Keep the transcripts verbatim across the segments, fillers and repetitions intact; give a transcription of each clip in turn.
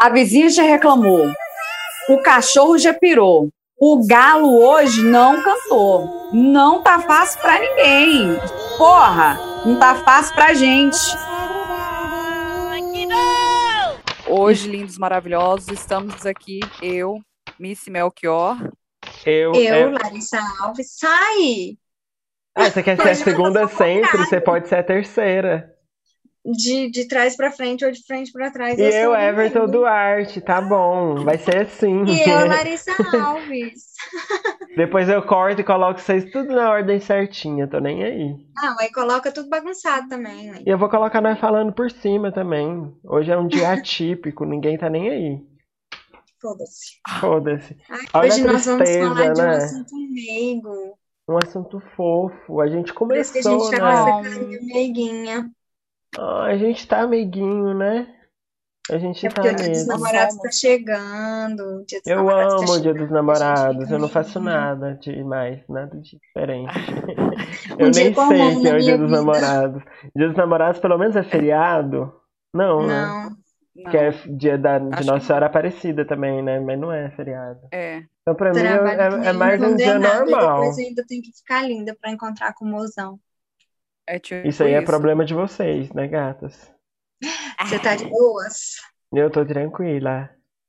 A vizinha já reclamou. O cachorro já pirou. O galo hoje não cantou. Não tá fácil pra ninguém. Porra, não tá fácil pra gente. Hoje, lindos, maravilhosos, estamos aqui, eu, Missy Melchior. Eu, Eu, é... Larissa Alves. Sai! Ah, você quer ser a segunda sempre, você pode ser a terceira. De, de trás pra frente ou de frente pra trás. E eu, eu, sou Everton Duarte, tá bom, vai ser assim. E eu, Larissa Alves. Depois eu corto e coloco vocês tudo na ordem certinha, tô nem aí. Não, aí coloca tudo bagunçado também, né? E eu vou colocar nós falando por cima também. Hoje é um dia atípico, ninguém tá nem aí. Foda-se. Foda-se. Ai, Olha hoje a nós vamos tristeza, falar de um né? assunto meigo. Um assunto fofo. A gente Por isso que a gente começou, tá com né? essa carinha meiguinha. Ah, a gente tá amiguinho, né? A gente É tá porque o Dia dos mesmo. Namorados tá chegando. O Dia dos Eu Namorados tá amo o Dia dos chegando. A gente Namorados. fica Eu não faço meiguinha. nada demais, nada de diferente. Um Eu dia nem sei comum que é na o Dia minha dos vida. Namorados. Dia dos Namorados pelo menos é feriado? Não, né? Não. Que é Não, dia da, de acho que Nossa Senhora não. Aparecida também, né? Mas não é feriado. É. Então pra mim Trabalho que é, é nem um mais um dia condenado. E depois normal. eu ainda tenho que ficar linda pra encontrar com o mozão. É tipo Isso aí é isso. problema de vocês, né, gatas? Você tá de boas? Eu tô tranquila.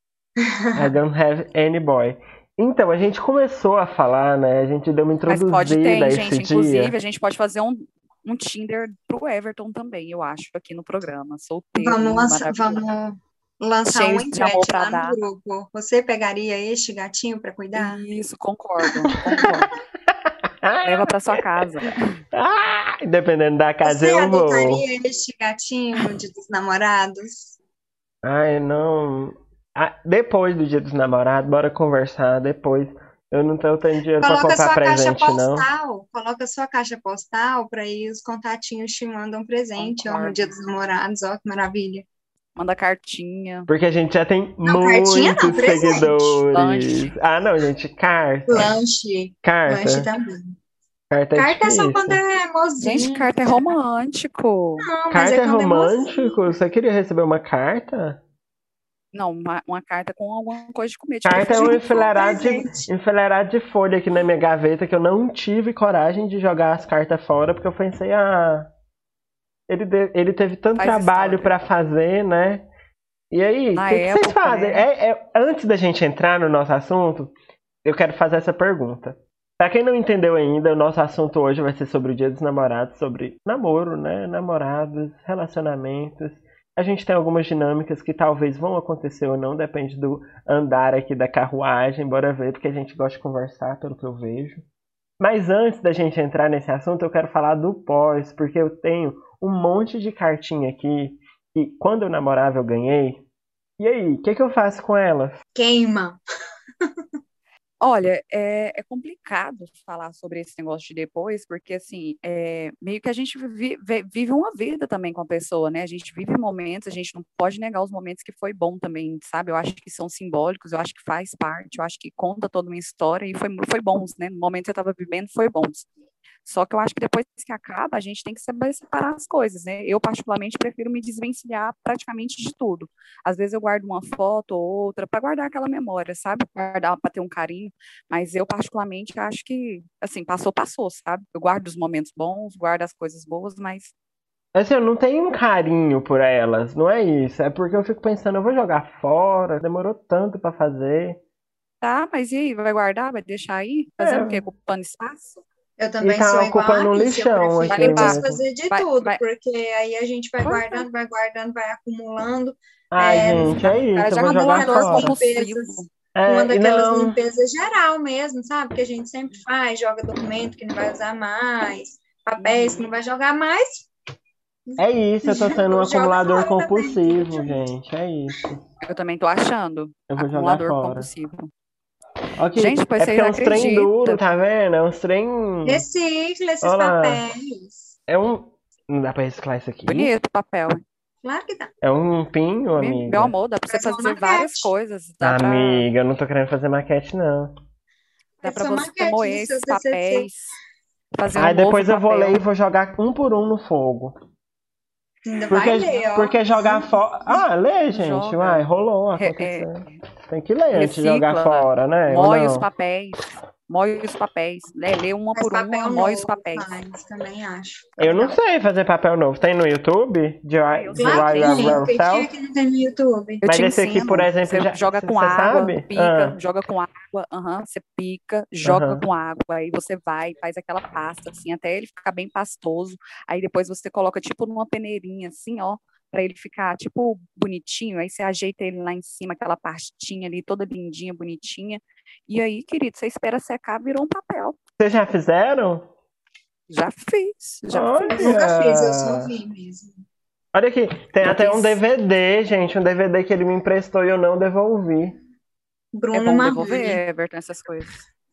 I don't have any boy. Então, a gente começou a falar, né? A gente deu uma Mas pode ter, introduzida hein, esse gente. Inclusive, dia. a gente pode fazer um, um Tinder pro Everton também, eu acho, aqui no programa. Solteiro, Vamos, lindo, lança, maravilhoso. vamos lançar Cheio uma de amor enquete pra lá no dar. grupo. Você pegaria este gatinho pra cuidar? Isso, concordo, concordo. Leva pra sua casa. Ah, dependendo da casa Você eu vou. adotaria este gatinho no Dia dos Namorados? Ai, não. Ah, depois do Dia dos Namorados, bora conversar depois. Eu não tô tendo dinheiro pra Coloca comprar sua caixa presente, não. postal. Coloca sua caixa postal para aí os contatinhos te mandam presente ó, no Dia Concordo. dos Namorados. Ó, que maravilha. Manda cartinha, Porque a gente já tem Não, cartinha não, muitos presente. seguidores. lanche. Ah, não, gente, carta. Lanche. Lanche Carta. também. Carta é Carta é só quando difícil. é mozinho. Gente, carta é romântico. Não, mas Carta é é quando é mozinho. romântico? Você queria receber uma carta? Não, uma, uma carta com alguma coisa de comer, de Carta é um preferência. enfileirado de, presente. enfileirado de folha aqui na minha gaveta que eu não tive coragem de jogar as cartas fora, porque eu pensei, ah, ele, de- ele teve tanto Faz trabalho história. pra fazer, né? E aí, o Na que, que vocês época, fazem? né? É- é- antes da gente entrar no nosso assunto, eu quero fazer essa pergunta. Pra quem não entendeu ainda, o nosso assunto hoje vai ser sobre o Dia dos Namorados, sobre namoro, né? Namorados, relacionamentos. A gente tem algumas dinâmicas que talvez vão acontecer ou não, depende do andar aqui da carruagem, bora ver, porque a gente gosta de conversar, pelo que eu vejo. Mas antes da gente entrar nesse assunto, eu quero falar do pós, porque eu tenho um monte de cartinha aqui, e quando eu namorava eu ganhei. E aí, o que, que eu faço com elas? Queima. Olha, é, é complicado falar sobre esse negócio de depois, porque assim, é, meio que a gente vi- vi- vive uma vida também com a pessoa, né? A gente vive momentos, a gente não pode negar os momentos que foi bom também, sabe? Eu acho que são simbólicos, eu acho que faz parte, eu acho que conta toda uma história e foi, foi bons, né? No momento que eu estava vivendo, foi bons. Só que eu acho que depois que acaba, a gente tem que saber separar as coisas, né? Eu, particularmente, prefiro me desvencilhar praticamente de tudo. Às vezes eu guardo uma foto ou outra para guardar aquela memória, sabe? Guardar para ter um carinho. Mas eu, particularmente, acho que, assim, passou, passou, sabe? Eu guardo os momentos bons, guardo as coisas boas, mas Assim, eu não tenho um carinho por elas, não é isso. É porque eu fico pensando, eu vou jogar fora, demorou tanto pra fazer. tá, mas e aí? Vai guardar? Vai deixar aí? Fazendo o quê? É, Ocupando espaço? Eu e também tá sou igual a ocupando um Alice. Eu lixão Vai aqui prefiro limpar? mesmo. desfazer de Vai, tudo, vai. porque aí a gente vai Pois é. guardando, vai guardando, vai acumulando. Ai, É, no gente, final, é O cara isso, eu já vou uma acabou um jogar daquelas amor fora. compulsivo. limpezas, uma É, e daquelas não. limpezas geral mesmo, sabe? Que a gente sempre faz, joga documento que não vai usar mais, papéis que não Uhum. vai jogar mais, É isso, eu tô sendo um joga acumulador fora também. compulsivo, gente. É isso. Eu também tô achando. Eu vou jogar Acumulador fora. compulsivo. Ok, Gente, pois é vocês porque é uns trem duro, acreditam? tá vendo? É uns trem. Recicla esses Olha lá. papéis. É um. Não dá pra reciclar isso aqui? Bonito o papel. Claro que dá. É um pinho, Me- Meu amiga. amor, dá pra você Faz uma fazer várias maquete. coisas. Dá pra, Amiga, eu não tô querendo fazer maquete, não. dá Faz pra sua você maquete moer do seu esses T C C. papéis, fazer um Aí novo depois eu vou ler papel. e vou jogar um por um no fogo. Ainda Porque, vai ler, ó. porque jogar fora. Ah, lê, gente. Joga. Vai, rolou, Re- aconteceu. é, Tem que ler antes de jogar recicla, fora, né? Ou moe os não? papéis, moe os papéis, né? Lê uma Faz por uma, papel moe os novo, papéis. faz, também acho. Fica Eu não legal. sei fazer papel novo. Tem no YouTube? De Ah, eu de sei, Claro que Write tem tem, sim. Your porque tinha Self? que não tem no YouTube. Eu Mas te esse aqui, por ensino. exemplo, Você já. joga com Você água, sabe? pica, Ah, joga com água, aham, você pica, joga aham. com água, aí você vai, faz aquela pasta assim, até ele ficar bem pastoso. Aí depois você coloca tipo numa peneirinha assim, ó, para ele ficar tipo bonitinho. Aí você ajeita ele lá em cima, aquela pastinha ali toda lindinha, bonitinha. E aí, querido, você espera secar, virou um papel. Vocês já fizeram? Já fiz, já Eu fiz. nunca fiz, eu só Olha! vi mesmo. Olha aqui, tem Já até um fiz. D V D, gente. Um D V D que ele me emprestou e eu não devolvi. É Bruno bom Marrone. devolver, Everton, essas coisas.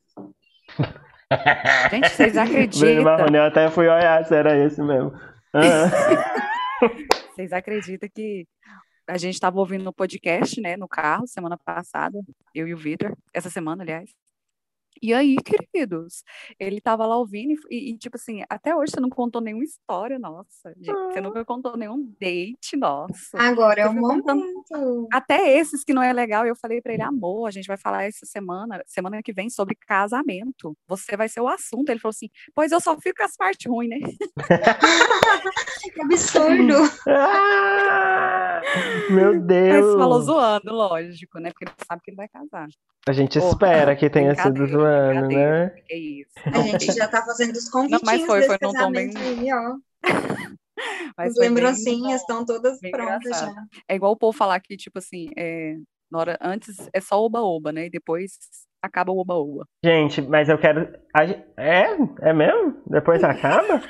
Gente, vocês Bruno acreditam? Marrone, eu até fui olhar se era esse mesmo. Ah. Vocês acreditam que a gente estava ouvindo no podcast, né, no carro, semana passada, eu e o Vitor, essa semana, aliás. E aí, queridos, ele tava lá ouvindo e, e, tipo assim, até hoje você não contou nenhuma história nossa, gente. Você nunca contou nenhum date nosso. Agora é Você o foi contando momento. até esses que não é legal. Eu falei pra ele, amor, a gente vai falar essa semana, semana que vem, sobre casamento. Você vai ser o assunto. Ele falou assim, pois eu só fico com as partes ruins, né? Que absurdo. Ah! Meu Mas falou Deus! zoando, lógico, né? Porque ele sabe que ele vai casar. A gente Porra, espera que tenha sido brincadeira, zoando, brincadeira. né? Que isso, A não, gente que já tá fazendo os Não, mas convitinhos foi, desse foi num tom bem, casamento aí, ó. mas As foi bem, lembrancinhas estão todas bem prontas engraçado. já. É igual o povo falar que, tipo assim, é, na hora, antes é só oba-oba, né? E depois acaba o oba-oba. Gente, mas eu quero. a gen- É? É mesmo? Depois acaba?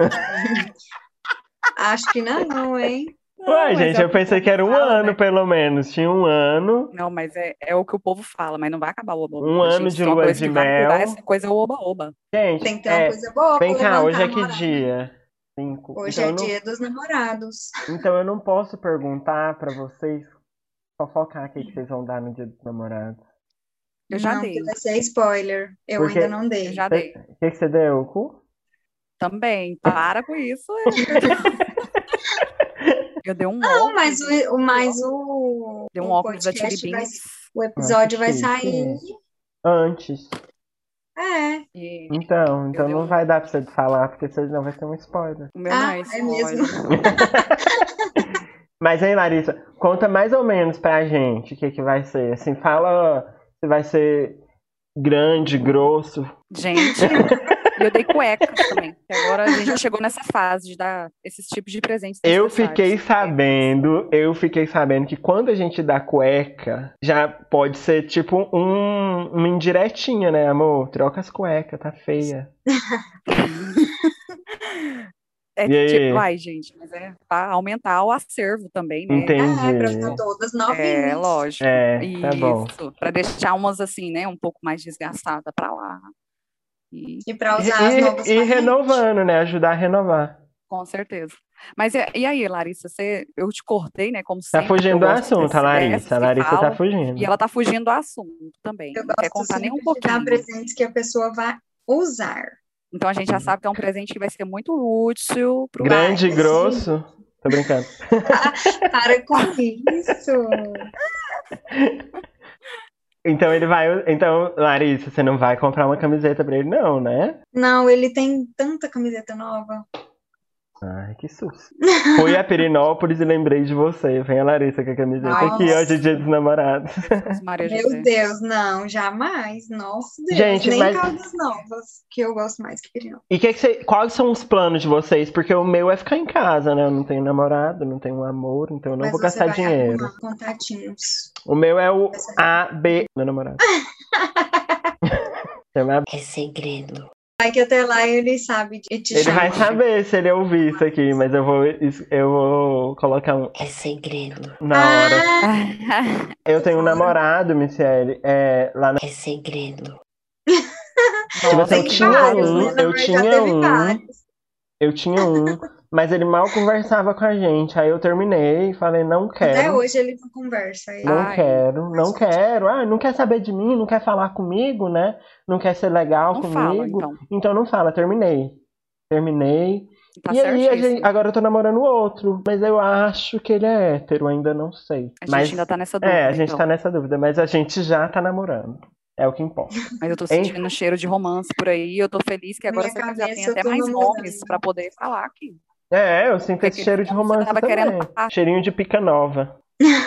Acho que não, hein? Não, Ué, mas gente, é o eu que o pensei povo que era um fala, ano, né? pelo menos. Tinha um ano. Não, mas é, é o que o povo fala, mas não vai acabar o oba-oba. Um ano Gente, de se uma lua coisa de que vai durar, essa mel. coisa é o oba-oba. Gente, Tem que ter uma é. coisa boa pra Vem cá, hoje levantar é a que moral, né? dia? Cinco. Hoje Então é eu não, dia dos namorados. então eu não posso perguntar pra vocês fofocar o que que vocês vão dar no dia dos namorados. Eu já Não, dei, que vai ser spoiler. Eu Porque- ainda não eu dei. já Cê- dei. O que, que você deu, o cu? Também, para com isso. Eu dei um Não, óculos. mas o, o- mas o, Dei um o óculos da podcast Chili vai, Beans. o episódio Ah, que vai chique. sair. Antes. É. E Então, então dei não um- vai dar pra você falar, porque senão vai ser um spoiler. o meu não Ah, é é spoiler. mesmo. Mas aí, Larissa, conta mais ou menos pra gente o que, que vai ser. Assim, fala se vai ser grande, grosso. Gente, e eu dei cueca também. Que agora a gente já chegou nessa fase de dar esses tipos de presentes Eu necessários. fiquei sabendo, eu fiquei sabendo que quando a gente dá cueca, já pode ser tipo um, uma indiretinha, né, amor? Troca as cuecas, tá feia. É E aí? tipo, ai, gente, mas é pra aumentar o acervo também, né? Entendi. É, pra ficar todas novinhas. É, lógico. É, tá bom. Isso, pra deixar umas assim, né, um pouco mais desgastadas pra lá. E E pra E, usar as novas e, e pra frente. renovando, né? Ajudar a renovar. com certeza. Mas e, e aí, Larissa, você, eu te cortei, né, como Tá sempre. fugindo do eu gosto assunto, a dessas Larissa. A que Larissa tá falam, fugindo. E ela tá fugindo do assunto também. Eu Não quer gosto contar nem um sempre de dar pouquinho. presentes que a pessoa vai usar. Então a gente já sabe que é um presente que vai ser muito útil pro Grande e Vai, grosso. Tô brincando. Para com isso. Então ele vai. Então, Larissa, você não vai comprar uma camiseta pra ele, não, né? Não, ele tem tanta camiseta nova. Ai, que susto. Fui a Perinópolis e lembrei de você. Vem a Larissa com a camiseta Ai, aqui, nossa. hoje é dia dos namorados. Jesus, Maria Meu José. Deus, não, jamais. Nossa Deus, Gente, nem mas- caldas novas, que eu gosto mais que pirão. E que que você- quais são os planos de vocês? Porque o meu é ficar em casa, né? Eu não tenho namorado, não tenho um amor, então eu não Mas vou você gastar vai dinheiro. arrumar contatinhos. O meu é o A B. Meu namorado. Chama É segredo. Vai que até lá ele sabe e te Ele chama. vai saber se ele ouvir isso aqui, mas eu vou, eu vou colocar um É segredo. na hora. Ah, Eu tenho um namorado, Michele, é, lá na... É segredo. Tipo assim, eu tem tinha vários, um, né? Na eu verdade, tinha já teve um, vários. eu tinha um, mas ele mal conversava com a gente. Aí eu terminei e falei, não Até quero, hoje ele não conversa. Ele- não Ai, quero, não mas- quero. Ah, não quer saber de mim, não quer falar comigo, né? Não quer ser legal Não comigo. fala, então. Então não fala, terminei. Terminei. Tá E aí, a gente, certíssimo. agora eu tô namorando outro, mas eu acho que ele é hétero, ainda não sei. A gente Mas, ainda tá nessa é, dúvida, a gente então. tá nessa dúvida, mas a gente já tá namorando. É o que importa. Mas eu tô Hein? sentindo cheiro de romance por aí. E eu tô feliz que Na agora minha você já tem cabeça eu até tô mais nomes namorando. pra poder falar aqui. É, eu sinto Porque esse aquele cheiro de nome você romance tava querendo também. passar. Cheirinho de pica nova.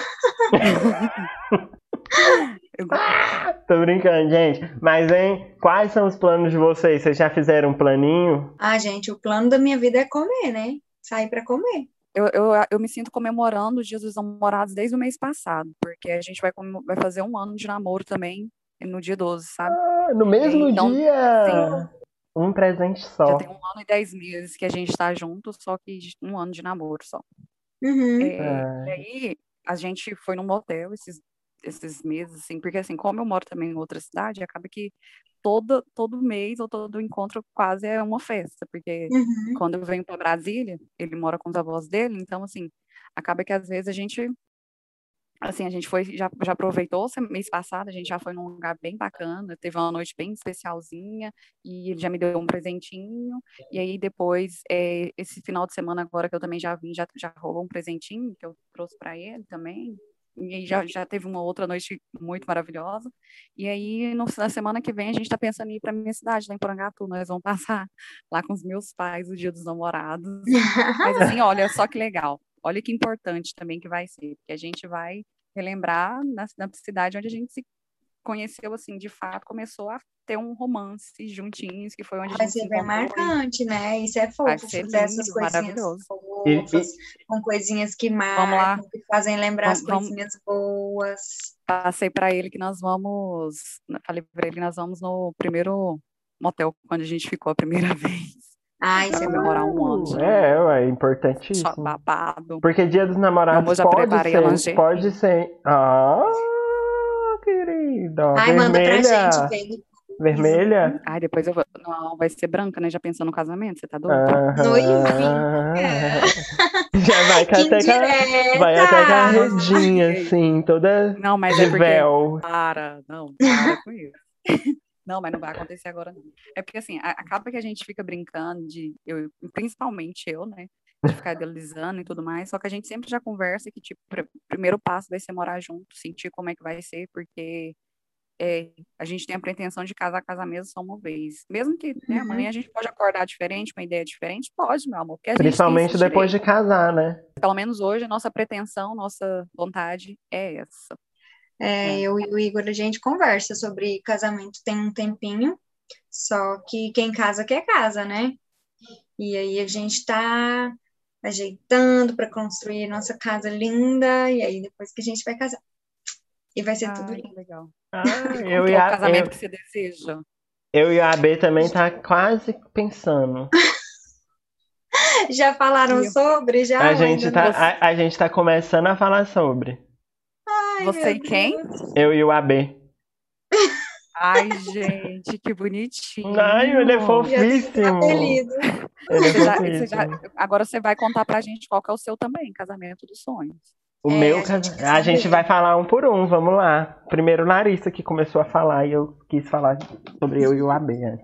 Eu- Tô brincando, gente. Mas, hein, quais são os planos de vocês? Vocês já fizeram um planinho? Ah, gente, o plano da minha vida é comer, né? Sair pra comer. Eu, eu, eu me sinto comemorando os Dias dos Namorados desde o mês passado, porque a gente vai, comem- vai fazer um ano de namoro também no dia doze, sabe? Ah, no E aí, mesmo então, sim, dia, um presente já tem só. um ano e dez meses que a gente tá junto, só que de- um ano de namoro só. Uhum. É, Ah, e aí, a gente foi num motel esses, esses meses, assim, porque assim, como eu moro também em outra cidade, acaba que todo, todo mês ou todo encontro quase é uma festa, porque Uhum. quando eu venho para Brasília, ele mora com os avós dele, então, assim, acaba que às vezes a gente, assim, a gente foi, já, já aproveitou, esse mês passado, a gente já foi num lugar bem bacana, teve uma noite bem especialzinha, e ele já me deu um presentinho, e aí depois, é, esse final de semana agora que eu também já vim, já, já rolou um presentinho que eu trouxe para ele também, e aí já, já teve uma outra noite muito maravilhosa, e aí no, na semana que vem a gente está pensando em ir para minha cidade, lá em Porangatu, nós vamos passar lá com os meus pais o Dia dos Namorados, mas assim, olha só que legal, olha que importante também que vai ser, porque a gente vai relembrar na, na cidade onde a gente se conheceu, assim, de fato, começou a ter um romance juntinhos, que foi onde a Vai gente se ser bem encontrou e marcante, né? Isso é vai fofo, ser fazer essas lindo, coisinhas maravilhoso. e, fofas, e, com coisinhas que Vamos lá, marcam, que fazem lembrar as vamos, vamos coisinhas boas. passei para ele que nós vamos, falei para ele que nós vamos no primeiro motel, quando a gente ficou a primeira vez, Ai, isso é comemorar um ano uh, de é, namoro. ué, Só importantíssimo. babado. Porque Dia dos Meu Namorados amor, já pode preparei a ser, pode lingerie. ser. Ah, querida, Ai, manda pra gente vermelha, ver depois. vermelha. Ai, depois eu vou. Não, vai ser branca, né? Já pensando no casamento, você tá doido? Noivinha. Aham. Já vai com Que até com a, vai até com a indireta! redinha, Ei, assim, toda não, mas de é porque. véu. Para, não, para com isso. Não, mas não vai acontecer agora, não. É porque, assim, a- acaba que a gente fica brincando de. Eu, principalmente eu, né? De ficar idealizando e tudo mais. Só que a gente sempre já conversa que, tipo, o primeiro passo vai ser morar junto, sentir como é que vai ser, porque. É, a gente tem a pretensão de casar, casar mesmo só uma vez. Mesmo que, né, Uhum. amanhã a gente pode acordar diferente, com uma ideia diferente, pode, meu amor, porque a gente tem esse Principalmente depois de direito. casar, né? Pelo menos hoje, a nossa pretensão, nossa vontade é essa. É, É. eu e o Igor, a gente conversa sobre casamento tem um tempinho, só que quem casa quer casa, né? E aí a gente tá ajeitando para construir nossa casa linda, e aí depois que a gente vai casar. E vai ser tudo Ai, que lindo. legal. Ah, E como eu que e é o a, casamento eu, que você deseja? eu e a B também tá quase pensando. Já falaram E sobre, A já ou gente ainda tá, não? você, a, a gente tá começando a falar sobre. Ai, você meu e quem? Deus. Eu e o A B. Ai, gente, que Ai, ele é bonitinho. Já tem até fofíssimo. apelido. Ele é Você já, você já, fofíssimo. agora você vai contar pra gente qual que é o seu também, casamento dos sonhos. O É, meu a gente casa... quer A gente saber. vai falar um por um, vamos lá. Primeiro Larissa que começou a falar e eu quis falar sobre eu e o A B antes.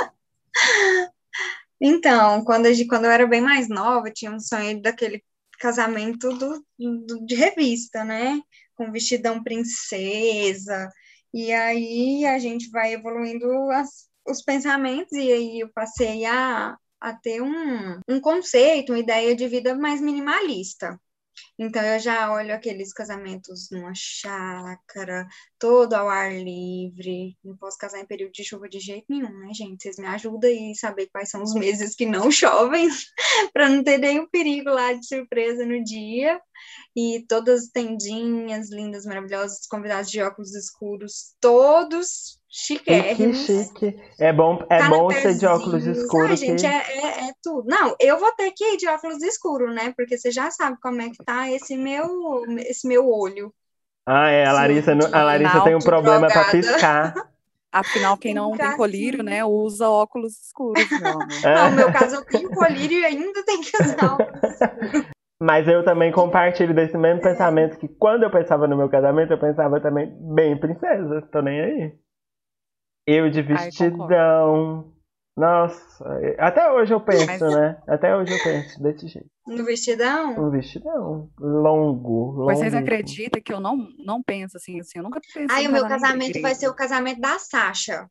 Então, quando, a gente- quando eu era bem mais nova, eu tinha um sonho daquele casamento do, do- de revista, né? Com vestidão princesa. E aí a gente vai evoluindo as- os pensamentos, e aí eu passei a, a ter um, um conceito, uma ideia de vida mais minimalista. Então, eu já olho aqueles casamentos numa chácara, todo ao ar livre. Não posso casar em período de chuva de jeito nenhum, né, gente? Vocês me ajudam aí a saber quais são os meses que não chovem, para não ter nenhum perigo lá de surpresa no dia. E todas as tendinhas lindas, maravilhosas, os convidados de óculos escuros, todos Chique, chiquérrimos. chique. É bom, é bom ser de óculos Canapézinhos. Ai, escuros gente, que. é, é, é tudo. Não, eu vou ter que ir de óculos escuros, né? Porque você já sabe como é que tá esse meu, esse meu olho. Ah, é. A Assim, Larissa, não- a Larissa Afinal, tem um de problema pra drogada. piscar. afinal, quem Tem que não tem ficar colírio, assim. né, usa óculos escuros, meu amor. Não, no meu É. caso, eu tenho colírio e ainda tenho que usar óculos escuros. Mas eu também compartilho desse mesmo pensamento que quando eu pensava no meu casamento, eu pensava também bem princesa. Tô nem aí. Eu de Ai, concordo. vestidão, Nossa, até hoje eu penso, Mas, né? Até hoje eu penso desse jeito. No vestidão? Um vestidão longo, pois vocês longuíssimo. acreditam que eu não, não penso assim, assim, eu nunca pensei Aí em o meu casar na casamento vai ser o igreja. casamento da Sasha.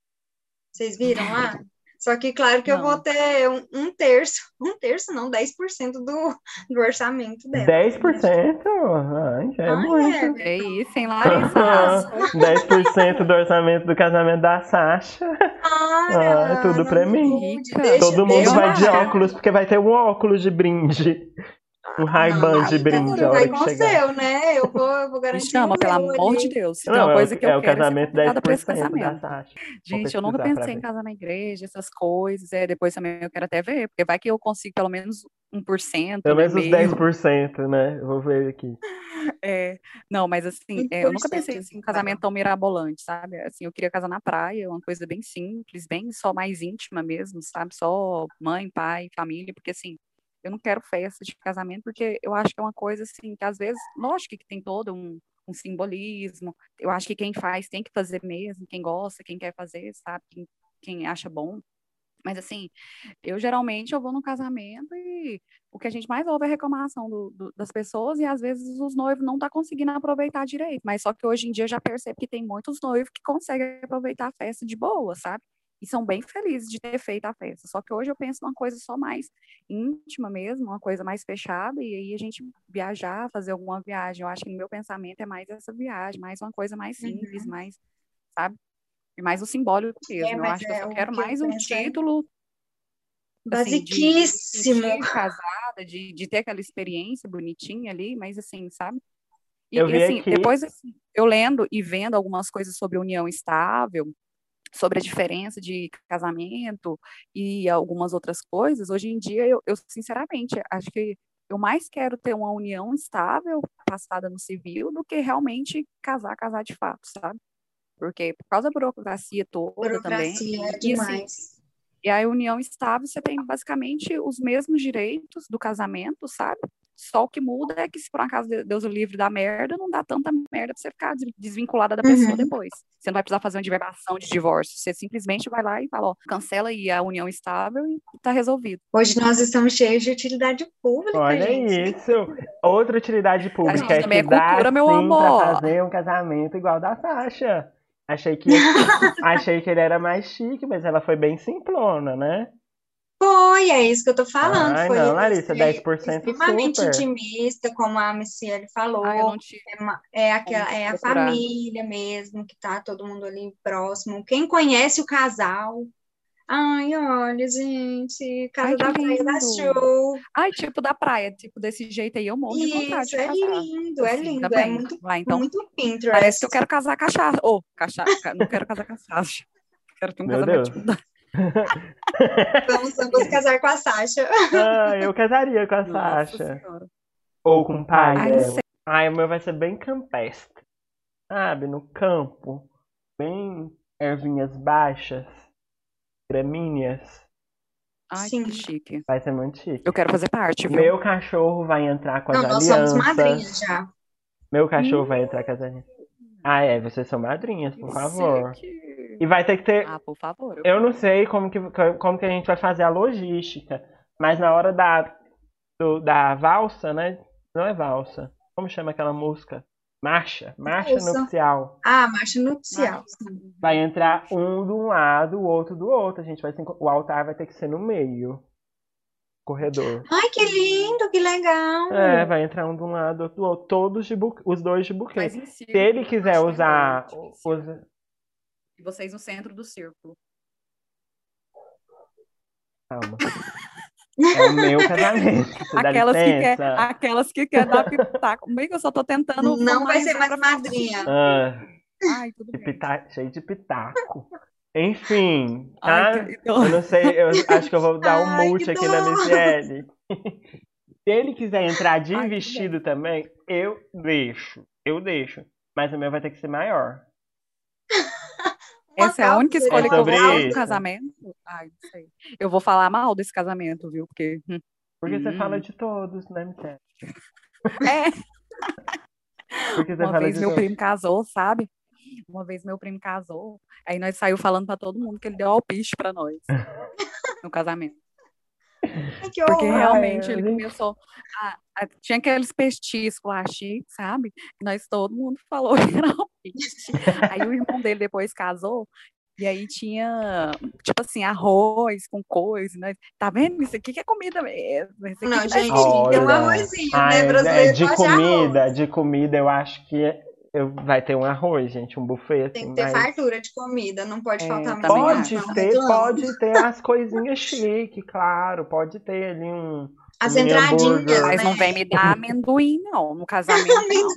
Vocês viram lá? Só que, claro que eu vou Não. ter um, um terço, um terço não, dez por cento do, do orçamento dela. dez por cento? Ai, já é Ah, muito. é. É isso, hein, Larissa? Arrasou. Arrasou. dez por cento do orçamento do casamento da Sasha. Ah, é Para, tudo pra não mim. mude, Rica. deixa, Todo mundo deixa vai de deixar. óculos, porque vai ter um óculos de brinde. Um Ray-Ban de Aí brinde você a vai hora com que o chegar. seu, né? Eu vou, eu vou Me garantir chama, o pelo meu amor de ali. Deus. Se tem Não, uma é coisa o, que é eu o quero é ser casamento dez convidada para por esse cento da casamento. Sasha. Vou Gente, eu nunca pesquisar pra pensei em ver. casar na igreja, essas coisas. É, depois também eu quero até ver, porque vai que eu consigo pelo menos um por cento, Pelo né, menos os dez meu. por cento, né? Eu vou ver aqui. É, não, mas assim, é, eu nunca pensei um por cento. assim, em um casamento tão mirabolante, sabe? Assim, eu queria casar na praia, uma coisa bem simples, bem só mais íntima mesmo, sabe? Só mãe, pai, família, porque assim, eu não quero festa de casamento, porque eu acho que é uma coisa assim, que às vezes, lógico que tem todo um, um simbolismo, eu acho que quem faz tem que fazer mesmo, quem gosta, quem quer fazer, sabe? Quem, quem acha bom. Mas assim, eu geralmente eu vou num casamento e o que a gente mais ouve é reclamação do- do- das pessoas e às vezes os noivos não estão conseguindo aproveitar direito. Mas só que hoje em dia eu já percebo que tem muitos noivos que conseguem aproveitar a festa de boa, sabe? E são bem felizes de ter feito a festa. Só que hoje eu penso numa coisa só mais íntima mesmo, uma coisa mais fechada, e aí a gente viajar, fazer alguma viagem. Eu acho que no meu pensamento é mais essa viagem, mais uma coisa mais simples, Uhum. mais, sabe? E mais o simbólico É, mesmo. Eu mas acho que eu é só o quero que eu mais um penso é título assim, de, de me basiquíssimo. sentir casada, de, de ter aquela experiência bonitinha ali, mas assim, sabe? E, Eu e, vi assim, aqui. depois assim, eu lendo e vendo algumas coisas sobre união estável, sobre a diferença de casamento e algumas outras coisas, hoje em dia eu, eu sinceramente acho que eu mais quero ter uma união estável, passada no civil, do que realmente casar, casar de fato, sabe? Porque por causa da burocracia toda também, Burocracia é e assim, demais. e a união estável, você tem basicamente os mesmos direitos do casamento, sabe? Só o que muda é que se por um acaso Deus o livre da merda, não dá tanta merda pra você ficar des- desvinculada da pessoa Uhum. depois. Você não vai precisar fazer uma diverbação de divórcio. Você simplesmente vai lá e fala, ó, cancela aí a união estável e tá resolvido. Hoje nós estamos cheios de utilidade pública, Olha gente. isso. Outra utilidade A pública gente é também que é dá cultura, meu sim pra amor. fazer um casamento igual da Sasha. Achei que, achei que ele era mais chique, mas ela foi bem simplona, né? Foi, é isso que eu tô falando. Ai, Foi não, ali, Larissa, dez é, por cento extremamente super. intimista, como a Michelle Ah, eu falou. não tive É, uma- é, aquela, como é a procurar. família mesmo, que tá todo mundo ali próximo. Quem conhece o casal. Ai, olha, gente, Ai, Casa que da Praia da lindo. Show. Ai, tipo da praia, tipo desse jeito aí, eu morro de vontade Isso, de é casar. lindo, é Assim, lindo. É também. muito, Vai, então. muito Parece que eu Pinterest. quero casar com a Chá. Ou, cacha... ca- não quero casar com a Sasha. Quero ter um Meu casamento Deus. tipo da. Vamos ambos casar com a Sasha. Ah, eu casaria com a Nossa Sasha. Senhora. Ou com o pai Ai, não dela. sei. Ai, o meu vai ser bem campestre. Sabe, no campo. Bem ervinhas baixas. Gramíneas. Ai, Sim. que chique. Vai ser muito chique. Eu quero fazer parte, viu? Meu cachorro vai entrar com as Não, nós somos alianças. madrinhas já. Meu cachorro Hum, vai entrar com as alianças. Ah, é, vocês são madrinhas, que por favor. chique. E vai ter que ter. Ah, por favor. Eu... Eu não sei como que, como que a gente vai fazer a logística, mas na hora da, do- da valsa, né? Não é valsa. Como chama aquela música? Marcha. Marcha Isso. nupcial. Ah, marcha nupcial. Mas- Vai entrar um de um lado, o outro do outro. A gente vai se enco- o altar vai ter que ser no meio. Corredor. Ai, que lindo, que legal. É, vai entrar um de um lado, outro do outro. Todos de buquê, os dois de buquê. Mas em Se ele círculo, quiser acho usar. melhor, tipo, em os- círculo. E vocês no centro do círculo. Calma. É o meu casamento. Você dá Aquelas que quer, licença? aquelas que quer dar pitaco. Meio que eu só tô tentando Não vai ser formalizar mais pra ficar madrinha. tudo Ah, bem. Ai, tudo de bem. pita- cheio de pitaco. Enfim, Ai, tá? que... então... Eu não sei, eu acho que eu vou dar um Ai, mute que aqui na dó. Michelle. Se ele quiser entrar de Ai, tudo vestido bem. também, eu deixo. Eu deixo. Mas o meu vai ter que ser maior. Uma Essa é a única calça escolha É que eu sobre vou ter no isso. casamento? Ai, não sei. Eu vou falar mal desse casamento, viu? Porque. hum, Porque você hum. fala de todos, né, Michelle? É, Porque você uma fala vez de meu todos. primo casou, sabe? Uma vez meu primo casou, aí nós saiu falando pra todo mundo que ele deu alpiste pra nós no casamento. Ai, que Porque horror. realmente Ai, ele gente. começou a, a- tinha aqueles petiscos lá chiques, sabe? Que nós todo mundo falou que era alpiste. Aí o irmão dele depois casou, e aí tinha, tipo assim, arroz com coisa, né? Tá vendo? Isso aqui que é comida mesmo. Isso aqui Não, que nós gente, tem que ter um comia. Olha, arrozinho, né? ai, é, Brasileiro de gosta de comida, arroz. de comida, eu acho que eu, vai ter um arroz, gente, um buffet Tem assim, que ter mas fartura de comida, não pode É, faltar eu muita também coisa, pode senão acho. ter, reclamo. pode ter as coisinhas chique, claro, pode ter ali um, um As mini entradinhas, hambúrguer, Mas né? não vem me dar amendoim, não, no casamento, não.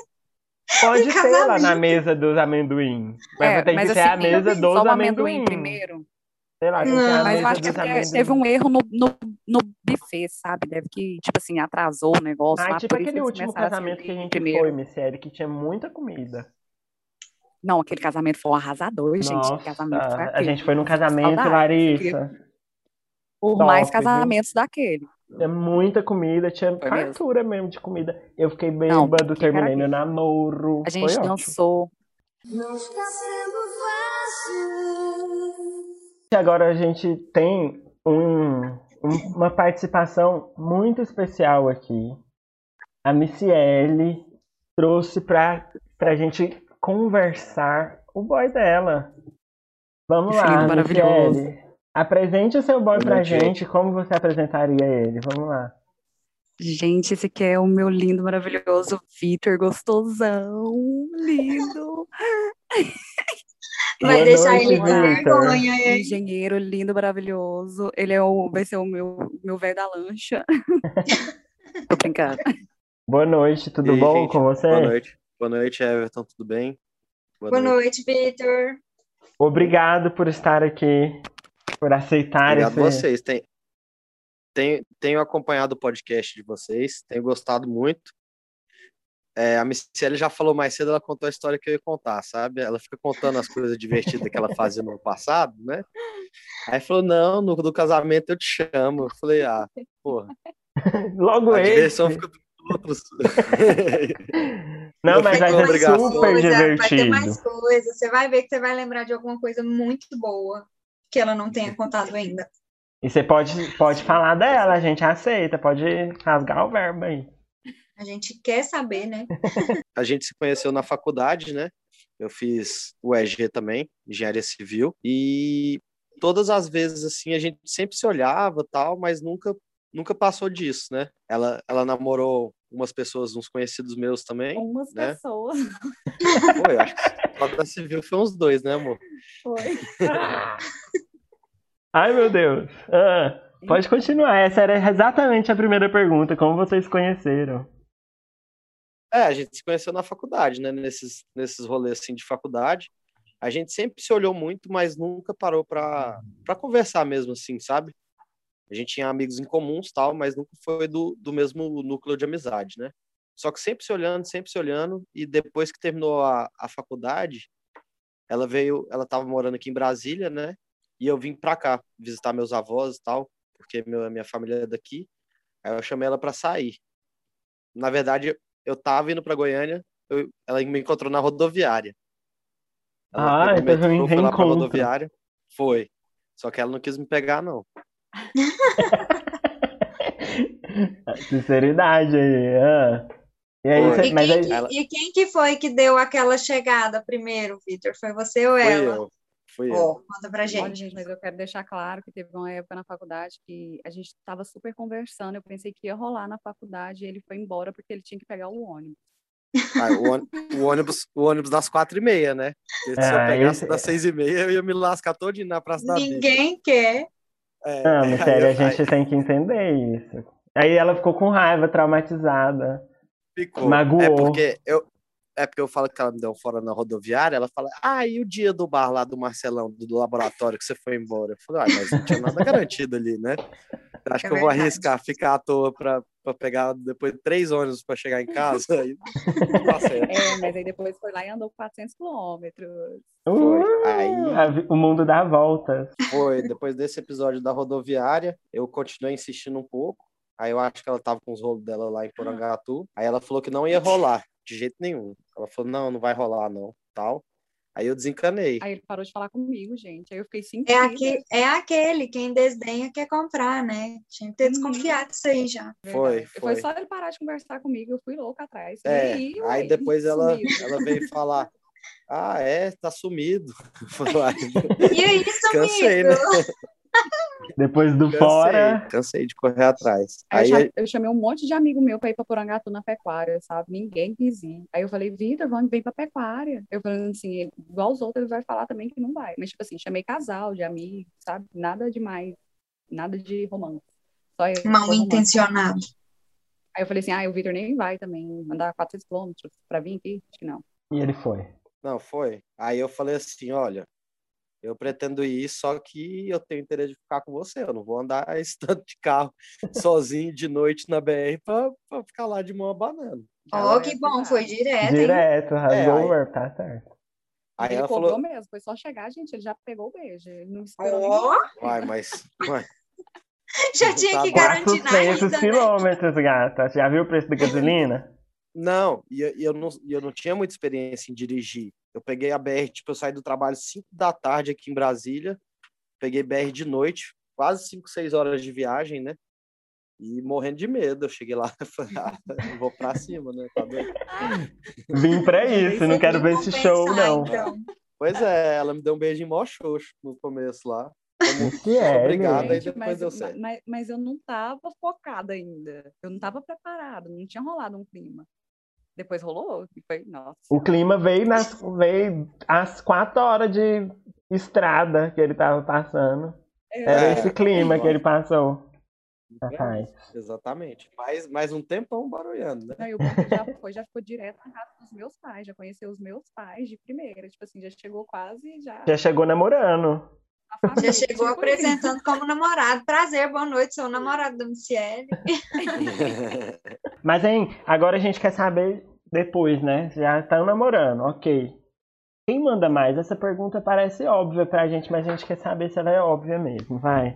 Um pode ter lá na casamento. mesa dos amendoim, mas vai É, ter que mas ser assim, a mesa dos só o amendoim amendoim, primeiro. sei lá, tem que ser a Não, Mas eu mesa acho que é dos porque teve amendoim. um erro no, no, no buffet, sabe? Deve que, tipo assim, atrasou o negócio Ai, lá, tipo por isso aquele eles último começaram a casamento que a servir gente foi, primeiro. Michele, que tinha muita comida. Não, aquele casamento foi um arrasador, gente. Que casamento foi Nossa, a aquele? gente foi num Nossa, que casamento, saudade. Eu queria Larissa, por mais top, viu? casamentos daquele. Tinha muita comida, tinha Foi mesmo? fartura mesmo de comida. Eu fiquei Não, bêbado, que terminei meu caraquê. namoro. A Foi gente ótimo. dançou. Não está sendo fácil. E agora a gente tem um, um- uma participação muito especial aqui. A Missiele trouxe pra, pra gente conversar o boy dela. Vamos Esse lindo, lá, maravilhoso. Missiele. Apresente o seu boy Boa pra noite, gente. gente. Como você apresentaria ele? Vamos lá. Gente, esse aqui é o meu lindo, maravilhoso Vitor, gostosão, lindo. vai Boa deixar noite, ele com Vamos lá. Vitor. vergonha, hein? Engenheiro lindo, maravilhoso. Ele é o, vai ser o meu, meu velho da lancha. Tô brincando. Boa noite, E tudo aí, bom gente? com Boa você? noite. Boa noite, Everton. Tudo bem? Boa Boa noite. noite, Vitor. Obrigado por estar aqui, por aceitar Obrigado esse. vocês. Tem, tenho, tenho acompanhado o podcast de vocês, tenho gostado muito. É, a Michelle já falou mais cedo, ela contou a história que eu ia contar, sabe? Ela fica contando as coisas divertidas que ela fazia no passado, né? Aí falou, não, no do casamento eu te chamo. Eu falei, ah, porra, Logo a esse. diversão fica dos outros. Não, Eu mas fico vai com ser obrigação. super Coisa, vai ter divertido. mais coisa. Você vai ver que você vai lembrar de alguma coisa muito boa que ela não tenha contado ainda. E você pode, pode falar dela, a gente aceita, pode rasgar o verbo aí. A gente quer saber, né? A gente se conheceu na faculdade, né? Eu fiz o E G também, Engenharia Civil, e todas as vezes, assim, a gente sempre se olhava tal, mas nunca, nunca passou disso, né? Ela, ela namorou umas pessoas, uns conhecidos meus também, Umas né? pessoas. Foi, eu acho que só da Civil foi uns dois, né, amor? Foi. Ai, meu Deus. Ah, pode continuar, essa era exatamente a primeira pergunta, como vocês se conheceram? É, a gente se conheceu na faculdade, né? Nesses, nesses rolês, assim, de faculdade. A gente sempre se olhou muito, mas nunca parou pra, pra conversar mesmo, assim, sabe? A gente tinha amigos em comuns, tal, mas nunca foi do, do mesmo núcleo de amizade, né? Só que sempre se olhando, sempre se olhando, e depois que terminou a, a faculdade, ela veio, ela tava morando aqui em Brasília, né? E eu vim pra cá visitar meus avós e tal, porque meu, minha família é daqui. Aí eu chamei ela pra sair. Na verdade, eu tava indo pra Goiânia, eu, ela me encontrou na rodoviária. Ela Ah, pegou o teve um metrô, foi lá pra reencontro. rodoviária. Foi. Só que ela não quis me pegar, não. Sinceridade aí. Ah. E aí, Foi. cê- E mas quem, aí, que, Ela- e quem que foi que deu aquela chegada primeiro, Vitor? Foi você ou Fui ela? eu. Fui eu. Ó, conta pra Olha, gente. gente, mas eu quero deixar claro que teve uma época na faculdade que a gente estava super conversando. Eu pensei que ia rolar na faculdade e ele foi embora porque ele tinha que pegar o ônibus. Ah, o, ônibus, o, ônibus, o ônibus das quatro e meia, né? Porque se eu Ah, pegasse esse- das seis e meia, eu ia me lascar todinho na Praça da Bíblia. Ninguém quer. É, não, aí Michele, eu- a gente tem que entender isso. Aí ela ficou com raiva, traumatizada. Ficou. Magoou. É porque eu, é porque eu falo que ela me deu um fora na rodoviária, ela fala, ah, e o dia do bar lá do Marcelão, do, do laboratório que você foi embora? Eu falei, ah, mas não tinha nada garantido ali, né? Você acha É que eu vou verdade. arriscar ficar à toa pra, pra pegar depois de três ônibus pra chegar em casa? Aí não tá certo. É, mas aí depois foi lá e andou quatrocentos quilômetros. Foi. Uh, Aí a vi- o mundo dá voltas. foi, depois desse episódio da rodoviária, eu continuei insistindo um pouco. Aí eu acho que ela tava com os rolos dela lá em Porangatu. Aí ela falou que não ia rolar, de jeito nenhum. Ela falou, não, não vai rolar não, tal. Aí eu desencanei. Aí ele parou de falar comigo, gente. Aí eu fiquei É, sentida. aqui, é aquele, quem desdenha quer comprar, né? Tinha que ter Uhum. desconfiado disso aí já. Foi, Verdade. Foi foi. só ele parar de conversar comigo, eu fui louca atrás. E É, aí, aí ué, depois ela, sumido. ela veio falar, ah, é, tá sumido. Eu falei, "Uai, E aí, cansei, sumido? né? Depois do Cansei, fora. cansei de correr atrás. Aí eu, Aí, cha- eu chamei um monte de amigo meu pra ir pra Porangatu na pecuária, sabe? Ninguém quis ir. Aí eu falei, Vitor, vamos, vem pra pecuária. Eu falei assim, ele- igual os outros, ele vai falar também que não vai. Mas, tipo assim, chamei casal de amigos, sabe? Nada demais, nada de romance. Só eu, Mal foi romance. intencionado. Aí eu falei assim, ah, o Vitor nem vai também, andar quatrocentos quilômetros pra vir aqui? Acho que não. E ele foi. não, foi. Aí eu falei assim, olha, eu pretendo ir, só que eu tenho interesse de ficar com você. Eu não vou andar esse tanto de carro sozinho de noite na B R pra, pra ficar lá de mão abanando. Ó, Ela, que bom, foi direto, hein? Direto, rasgou É, aí- o verbo, tá certo. E aí ele ela cobrou falou, mesmo, foi só chegar, gente, ele já pegou o beijo. Ele não esperou nem Ó, vai, mas, ué, já tinha Tá que bom. garantir na quatrocentos ida, né? quilômetros, gata. Já viu o preço da gasolina? não, e eu, e eu não, e eu não tinha muita experiência em dirigir. Eu peguei a B R, tipo, eu saí do trabalho cinco da tarde aqui em Brasília, peguei B R de noite, quase cinco, seis horas de viagem, né? E morrendo de medo. Eu cheguei lá e falei, ah, eu vou pra cima, né? Tá doido? Vim pra isso, não quero ver esse show, Compensar, não. então. Pois é, ela me deu um beijinho mó xoxo no começo lá. Como Michele. obrigada, aí Gente, depois mas, deu ma- certo. mas, mas eu não tava focada ainda. Eu não tava preparada, não tinha rolado um clima. Depois rolou e foi, nossa. O clima veio, nas, veio às quatro horas de estrada que ele tava passando. Era É, esse clima eu que ele acho. passou. É Rapaz. isso, exatamente. Mais, mais um tempão barulhando, né? Não, e o bom é que ele já foi, já ficou direto na casa dos meus pais, já conheceu os meus pais de primeira. Tipo assim, já chegou quase já Já chegou namorando. na família. Já chegou tipo apresentando como namorado. Prazer, boa noite, sou o namorado da Michele. Mas, hein, agora a gente quer saber depois, né? Já estão namorando, ok. Quem manda mais? Essa pergunta parece óbvia pra gente, mas a gente quer saber se ela é óbvia mesmo. Vai.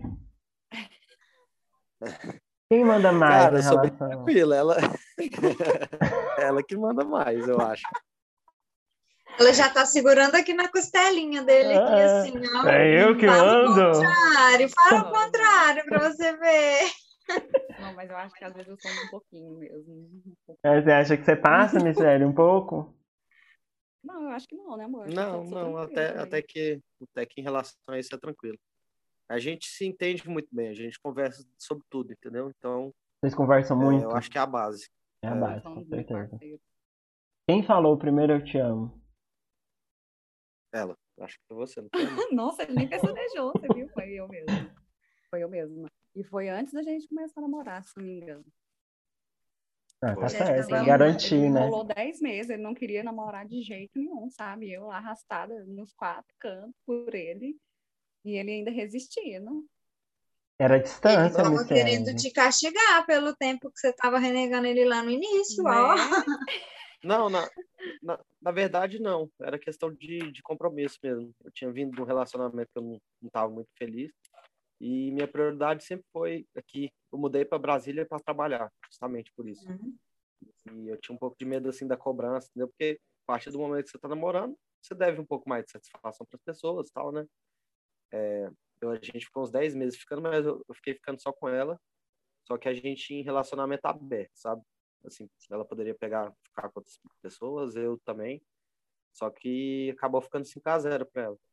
Quem manda mais Cara, na eu sou bem relação? tranquila. Ela... ela que manda mais, eu acho. Ela já tá segurando aqui na costelinha dele, aqui Ah, assim, ó. é eu que Fala o mando? contrário, fala o Não, contrário pra você ver. Não, mas eu acho que às vezes eu sou um pouquinho mesmo. um pouco. Mas você acha que você passa, Michele, um pouco? Não, eu acho que não, né, amor? Acho Não, que eu sou não, tranquila até, também. até, que, até que em relação a isso é tranquilo. A gente se entende muito bem, a gente conversa sobre tudo, entendeu? Então, Vocês conversam é, muito? eu acho que é a base. É a é. base, São com os meus certeza. parceiros. Quem falou primeiro eu te amo? Ela, acho que foi você, não foi? Não? Nossa, ele nem pestanejou, você viu? Foi eu mesma. Foi eu mesma. E foi antes da gente começar a namorar, se não me engano. Ah, tá Foi. Já certo. tava- Garanti, Ele né? enrolou dez meses, ele não queria namorar de jeito nenhum, sabe? Eu lá arrastada nos quatro cantos por ele. E ele ainda resistindo. Era Ele distância, tava querendo Michele. te castigar pelo tempo que você tava renegando ele lá no início, ó. Né? Não, na, na, na verdade, não. Era questão de, de compromisso mesmo. Eu tinha vindo de um relacionamento que eu não estava muito feliz. E minha prioridade sempre foi aqui. Eu mudei para Brasília para trabalhar, justamente por isso. Uhum. E eu tinha um pouco de medo assim da cobrança, entendeu? Porque a partir do momento que você está namorando, você deve um pouco mais de satisfação para as pessoas e tal, né? É, eu, a gente ficou uns dez meses ficando, mas eu, eu fiquei ficando só com ela. Só que a gente em relacionamento aberto, sabe? Assim, ela poderia pegar, ficar com outras pessoas, eu também. Só que acabou ficando cinco a zero pra ela.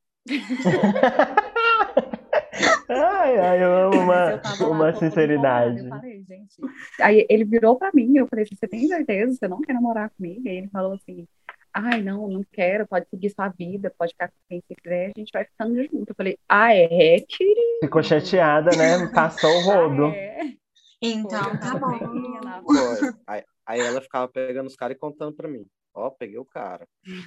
Ai, ai, eu amo Mas uma, eu tava lá uma toda sinceridade. empolgada, eu falei, gente. Aí ele virou pra mim, eu falei assim, você tem certeza? Você não quer namorar comigo? Aí ele falou assim, ai, não, não quero, pode seguir sua vida, pode ficar com quem você quiser, a gente vai ficando junto. Eu falei, ah, é, querido? Ficou chateada, né? Passou o rodo. Ah, é. Foi, Então eu tá tava bom. bem na Foi. Aí, aí ela ficava pegando os caras e contando pra mim. Ó, peguei o cara.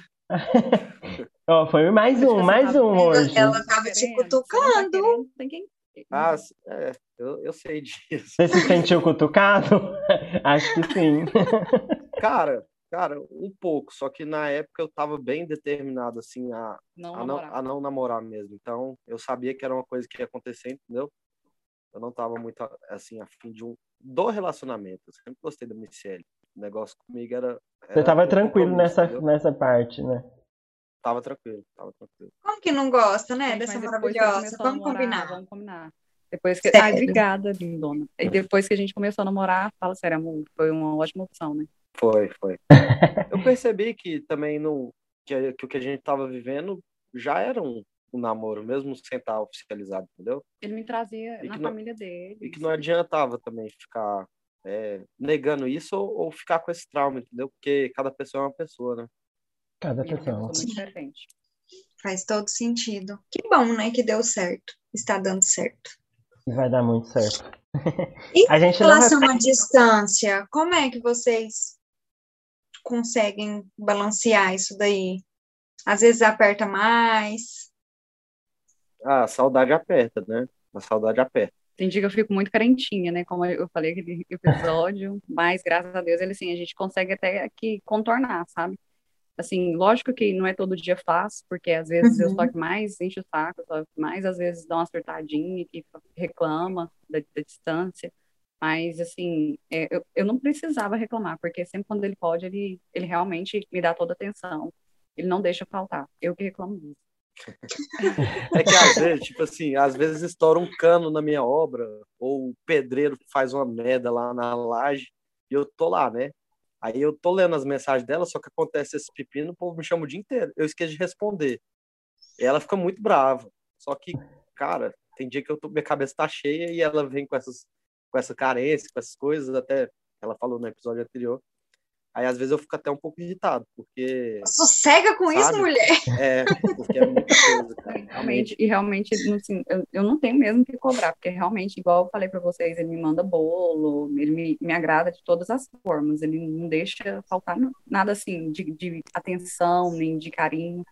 Ó, foi mais Tipo um, assim, mais tá um vendo? hoje. Ela Você tá tava te querendo? Você não tá cutucando. querendo, tem quem... Ah, é, eu, eu sei disso. Você se sentiu cutucado? Acho que sim. Cara, cara, um pouco. Só que na época eu tava bem determinado, assim, a, Não a, não, namorar. a não namorar mesmo. Então, eu sabia que era uma coisa que ia acontecer, entendeu? Eu não tava muito, assim, a fim de um... do relacionamento. Eu sempre gostei da Michelle. O negócio comigo era... Você era tava o tranquilo compromisso, nessa, entendeu? nessa parte, né? tava tranquilo, tava tranquilo. Como que não gosta, né, Gente, dessa mas depois que maravilhosa? começou a Vamos namorar, combinar. vamos combinar. Depois que... Ai, Sério. obrigada, lindona. E depois que a gente começou a namorar, fala sério, amor, foi uma ótima opção, né? Foi, foi. Eu percebi que também no, que, que o que a gente tava vivendo já era um, um namoro, mesmo sem estar oficializado, entendeu? Ele me trazia E na que não- família dele. E que não adiantava também ficar é, negando isso ou, ou ficar com esse trauma, entendeu? Porque cada pessoa é uma pessoa, né? Cada E ele tem uma pessoa. pessoa muito diferente. Faz todo sentido. Que bom, né, que deu certo. Está dando certo. E vai dar muito certo. E A em gente não vai... relação à distância, como é que vocês conseguem balancear isso daí? Às vezes aperta mais. Ah, a saudade aperta, né? A saudade aperta. Tem dia que eu fico muito carentinha, né? Como eu falei aquele episódio, mas graças a Deus, ele assim, a gente consegue até aqui contornar, sabe? Assim, lógico que não é todo dia fácil, porque às vezes eu Uhum. só que mais enche o saco, só que mais às vezes dá uma surtadinha que reclama da, da distância. Mas, assim, é, eu, eu não precisava reclamar, porque sempre quando ele pode, ele, ele realmente me dá toda a atenção. Ele não deixa faltar. Eu que reclamo disso. É que às vezes, tipo assim, às vezes estoura um cano na minha obra, ou o pedreiro faz uma merda lá na laje, e eu tô lá, né? Aí eu tô lendo as mensagens dela, só que acontece esse pepino, o povo me chama o dia inteiro. Eu esqueço de responder. E ela fica muito brava. Só que, cara, tem dia que eu tô, minha cabeça tá cheia e ela vem com essas, com essa carência, com essas coisas, até ela falou no episódio anterior. Aí às vezes eu fico até um pouco irritado, porque, Sossega com isso, sabe? mulher. É, porque é muita coisa, cara. Realmente, e realmente, assim, eu, eu não tenho mesmo que cobrar, porque realmente, igual eu falei pra vocês, ele me manda bolo, ele me, me agrada de todas as formas, ele não deixa faltar nada assim de, de atenção, nem de carinho.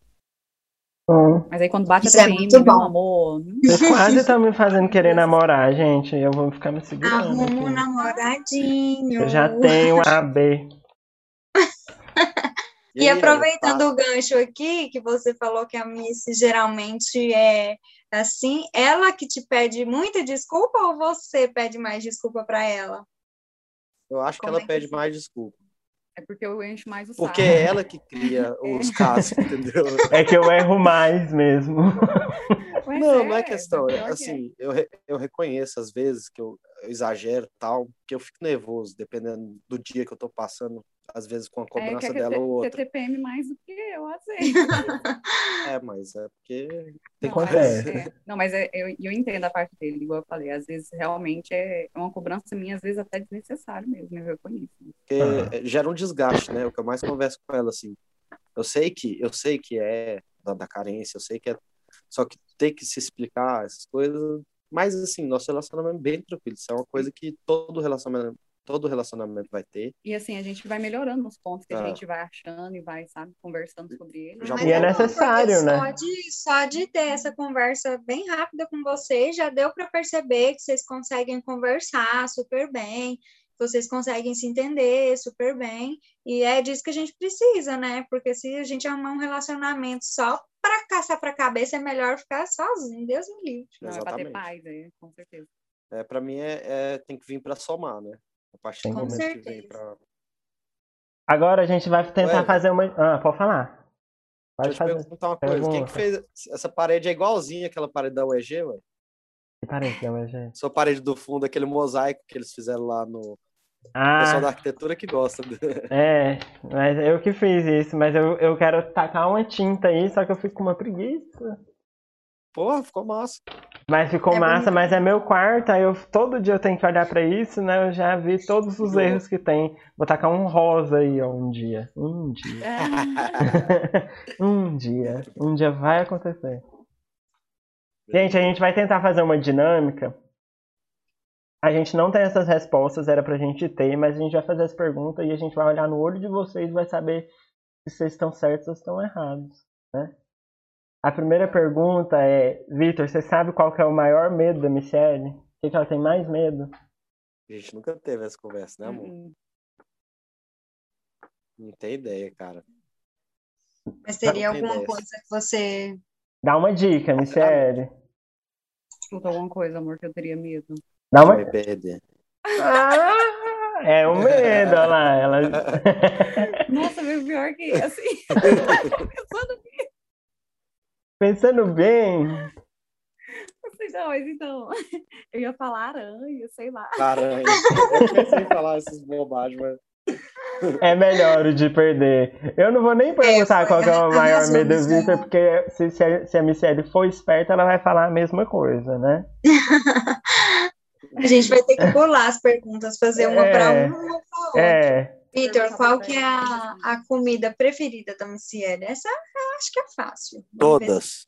Hum. Mas aí quando bate Isso a é T P M, muito meu bom. amor, Vocês quase estão me fazendo querer namorar, gente. Eu vou ficar me segurando Arruma um aqui. namoradinho. Eu já tenho A B. E aí, aproveitando tá- o gancho aqui, que você falou que a Missy geralmente é assim, ela que te pede muita desculpa ou você pede mais desculpa para ela? eu acho que Como ela é que pede você- mais desculpa. é porque eu encho mais o saco. Porque é ela que cria os casos, entendeu? É que eu erro mais mesmo. Mas Não, não é questão. pior que é. Assim, eu, re- eu reconheço às vezes que eu, eu exagero e tal, que eu fico nervoso, dependendo do dia que eu tô passando, às vezes com a É, cobrança quer dela ou ter outra. T P M mais do que eu, às vezes. É, mas é porque tem Não, mas, Acontece. é, não, mas é, eu, eu entendo a parte dele, igual eu falei. Às vezes, realmente, é uma cobrança minha, às vezes, até desnecessário mesmo, eu reconheço. porque gera um desgaste, né? O que eu mais converso com ela, assim. Eu sei que, eu sei que é da, da carência, eu sei que é. Só que tem que se explicar essas coisas. Mas, assim, nosso relacionamento é bem tranquilo. Isso é uma coisa que todo relacionamento, todo relacionamento vai ter. E assim, a gente vai melhorando os pontos que a Ah. gente vai achando e vai, sabe, conversando sobre ele. Já Mas E é bom, necessário, porque né? Só de, só de ter essa conversa bem rápida com vocês, já deu para perceber que vocês conseguem conversar super bem, vocês conseguem se entender super bem, e é disso que a gente precisa, né? Porque se a gente arrumar um relacionamento só para caçar para a cabeça, é melhor ficar sozinho, Deus me livre. Não, é pra ter Exatamente. paz, é, com certeza. É, para mim, é, é- tem que vir para somar, né? A partir do Com momento que certeza. vem para. Agora a gente vai tentar Ué, fazer uma. Ah, pode falar. Pode Deixa eu te fazer. perguntar uma coisa. Quem que Pergunta. fez essa parede? É igualzinha aquela parede da U E G, ué? Que parece, não é, gente? Sua parede do fundo, aquele mosaico que eles fizeram lá no. O pessoal da Ah, arquitetura que gosta. é. Mas eu que fiz isso. Mas eu, eu quero tacar uma tinta aí, só que eu fico com uma preguiça. Porra, ficou massa. Mas ficou É massa, bonito. mas é meu quarto, aí eu, todo dia eu tenho que olhar pra isso, né? Eu já vi todos os Jô. erros que tem. Vou tacar um rosa aí, ó, um dia. Um dia. Um dia. Um dia vai acontecer. Gente, a gente vai tentar fazer uma dinâmica. A gente não tem essas respostas, era pra gente ter, mas a gente vai fazer as perguntas e a gente vai olhar no olho de vocês e vai saber se vocês estão certos ou estão errados, né? A primeira pergunta é, Vitor, você sabe qual que é o maior medo da Michelle? O que, que ela tem mais medo? A gente nunca teve essa conversa, né, amor? Hum, Não tem ideia, cara. Mas teria Não tem alguma ideia. coisa que você... Dá uma dica, Michelle. Faltou alguma coisa, amor, que eu teria medo. Dá De uma... me perder. Ah, é o medo, olha lá. Ela... Nossa, meu pior que assim. Eu tô pensando nisso. Pensando bem, Sei não, mas então, eu ia falar aranha, sei lá. Aranha. Eu pensei em falar essas bobagens, mas. é melhor o de perder. Eu não vou nem perguntar foi, qual que é o maior arrasou, medo do Michelle. Victor, porque se, se, a, se a Michelle for esperta, ela vai falar a mesma coisa, né? A gente vai ter que bolar as perguntas, fazer uma para um É, e uma para outro. é. Vitor, qual que é a, a comida preferida da Missiele? Essa eu acho que é fácil. Vamos ver se-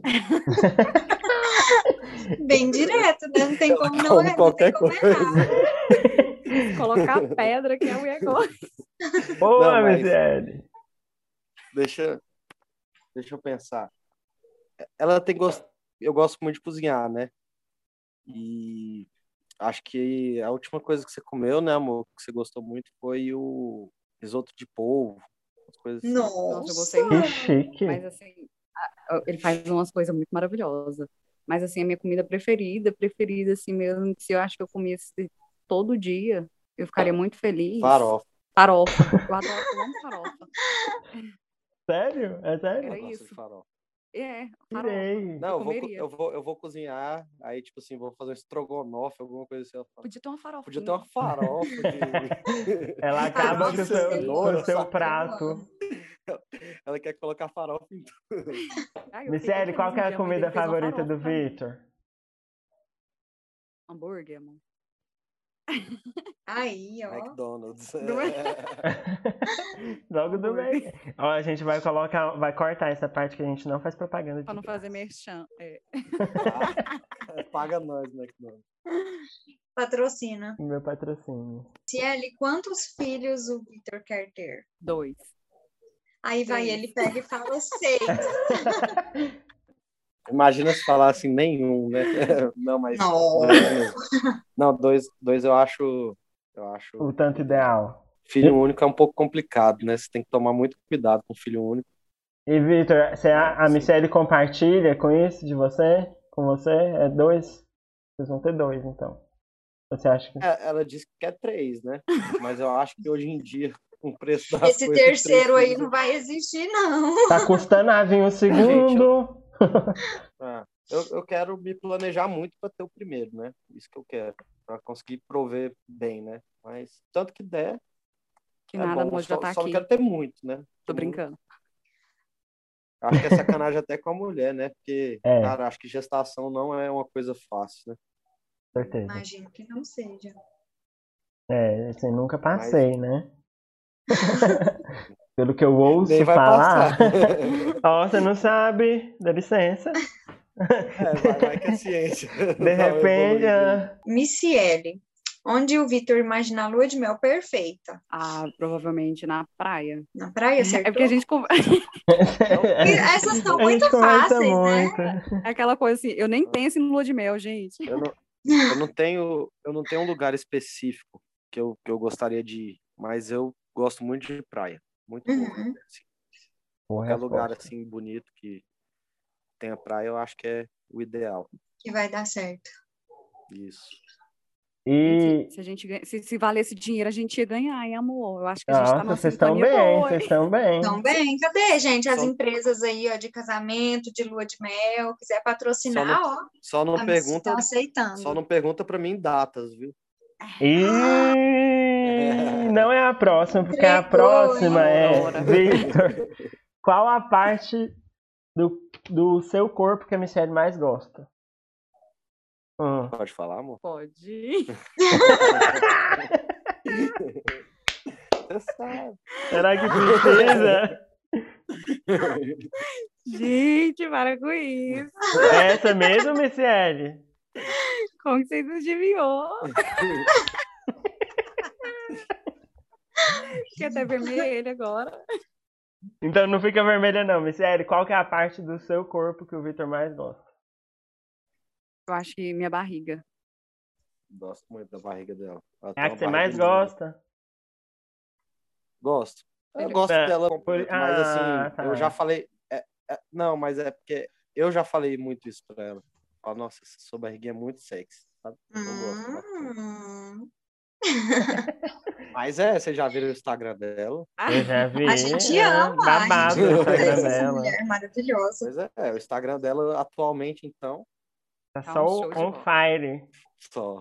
Todas. Bem direto, né? Não tem como não, Como é, não tem qualquer como coisa. errar. Colocar pedra que a mulher gosta. Boa, Não, mas Michelle. deixa, deixa eu pensar. Ela tem gosto. Eu gosto muito de cozinhar, né? E acho que a última coisa que você comeu, né, amor, que você gostou muito foi o risoto de polvo, as coisas assim. Nossa, eu Nossa! gostei Que muito. chique. Mas assim, a- ele faz umas coisas muito maravilhosas. Mas assim, a minha comida preferida, preferida assim mesmo, se eu acho que eu comesse todo dia, eu ficaria muito feliz. Farofa. Farofa. Eu adoro, eu amo farofa. Sério? É Eu sério? Era gosto isso. de farofa. É, farofa. Tirei. Não, Eu eu vou, co- comeria. eu vou, eu vou cozinhar, aí, tipo assim, vou fazer um estrogonofe, alguma coisa assim. Eu falo, Podia ter uma farofinha. podia ter uma farofa de. Ela acaba Ai, com o seu, com cenoura, o seu sabe? prato. Ela quer colocar farofa em tudo. Ai, eu fiquei tão Michelle, qual feliz que um é a dia, a mãe comida dele fez uma favorita do farofa pra mim. Victor? Hambúrguer, amor. Aí, ó. McDonald's. Não é? Logo do Hambúrguer. meio. Ó, a gente vai colocar, vai cortar essa parte que a gente não faz propaganda Pra de não fazer graça. merchan. É. Ah, paga nós, McDonald's. Patrocina. Meu patrocínio. Ciele, quantos filhos o Vitor quer ter? Dois. Aí vai Três. ele pega e fala seis. Imagina se falasse nenhum, né? Não, mas Não. dois mesmo. Não, dois, dois eu acho, eu acho O tanto ideal. ideal. Filho único é um pouco complicado, né? Você tem que tomar muito cuidado com filho único. E Victor, você, a, a Sim. Michelle compartilha com isso de você? Com você? É dois? Vocês vão ter dois, então. Você acha que. É, ela disse que quer três, né? Mas eu acho que hoje em dia, com o preço das Esse coisas, três terceiro aí filhos não vai existir, não. Tá custando a vir o segundo? Ah, eu, eu quero me planejar muito para ter o primeiro, né? Isso que eu quero, para conseguir prover bem, né? Mas tanto que der, Que é nada, bom. amor, já Só, tá só não aqui. quero ter muito, né? Tô Muito. brincando. Acho que é sacanagem até com a mulher, né? Porque, É. cara, acho que gestação não é uma coisa fácil, né? Certeza. Imagino que não seja. É, assim, nunca Mas passei, né? Pelo que eu ouço nem vai falar. passar. Ó, você não sabe, dá licença. É, vai, vai que a ciência De dá uma repente. evoluída aí. ah, Missiele, onde o Vitor imagina a lua de mel perfeita? Ah, provavelmente na praia. Na praia, É acertou? porque a gente conversa. Essas são a muito gente conversa fáceis, né? muito. É aquela coisa assim, eu nem penso em lua de mel, gente. Eu não, eu não tenho, eu não tenho um lugar específico que eu, que eu gostaria de ir, mas eu gosto muito de praia. Muito bom. Uhum. Assim, Boa qualquer lugar resposta. assim bonito que tenha praia, eu acho que é o ideal. Que vai dar certo. Isso. E. Gente, se a gente ganha- se, se valesse dinheiro, a gente ia ganhar, hein, amor? Eu acho que a gente tá Nossa, numa vocês estão sintonia bem, boa, vocês hein? estão bem. Então, bem, cadê, gente? As Só- empresas aí, ó, de casamento, de lua de mel, quiser Só patrocinar, não, ó, só não a Miss pergunta, está aceitando. só não pergunta para mim datas, viu? E não é a próxima, porque a Entregou, próxima hein? é Aurora. Victor. Qual a parte do, do seu corpo que a Michelle mais gosta? Hum. Pode falar, amor? Pode. Você sabe. Será que precisa? Gente, para com isso. É essa mesmo, Michelle? Como que vocês adivinhou? Fiquei até vermelha agora. Então não fica vermelha não, Michelle. Qual que é a parte do seu corpo que o Victor mais gosta? Eu acho que minha barriga. Gosto muito da barriga dela. Ela É tem a uma que você barriga mais linda. gosta? Gosto. Eu Beleza. gosto É, dela por- completa, mas assim, ah, tá. eu já falei. é- é- não, mas é porque eu já falei muito isso pra ela. Fala, nossa, essa sua barriguinha é muito sexy, sabe? Eu gosto bastante. Hum, Mas é, você já viu o Instagram dela? Eu já vi. A gente é, ama, a babado gente o ama Instagram essa dela. mulher maravilhosa. Pois é, o Instagram dela atualmente, então, Tá Tá só um o show de on bola. fire. só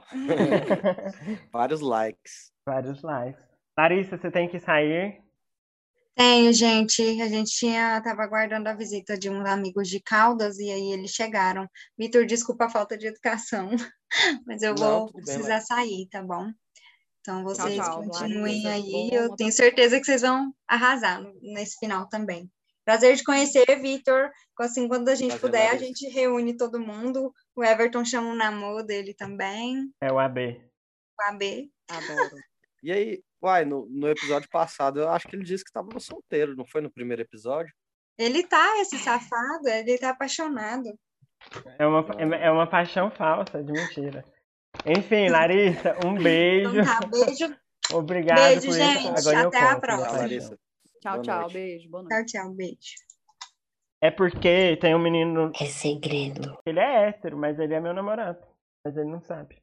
vários likes. Vários likes. Larissa, você tem que sair. Tenho, gente. A gente tinha, tava aguardando a visita de uns amigos de Caldas e aí eles chegaram. Vitor, desculpa a falta de educação, mas eu Não, vou tudo bem, precisar Larissa. sair, tá bom? Então Tchau, vocês tchau, continuem Larissa. aí. Bom, Eu uma tenho pra- certeza que vocês vão arrasar no- nesse final também. Prazer de conhecer, Vitor. Assim, quando a gente Prazer, puder, a Larissa. gente reúne todo mundo. O Everton chama o namoro dele também, É o A B. o A B. Adoro. E aí, uai, no, no episódio passado, eu acho que ele disse que estava solteiro, não foi no primeiro episódio? Ele tá, esse safado, ele tá apaixonado. É uma, é é uma paixão falsa, de mentira. Enfim, Larissa, um beijo. Então tá, beijo. Obrigado Beijo, por gente. isso. Agora eu Até a conto. próxima. Tchau, minha Larissa. Tchau, Boa tchau. noite. Beijo. Boa Tchau, noite. tchau, beijo. É porque tem um menino, É segredo. ele é hétero, mas ele é meu namorado. Mas ele não sabe.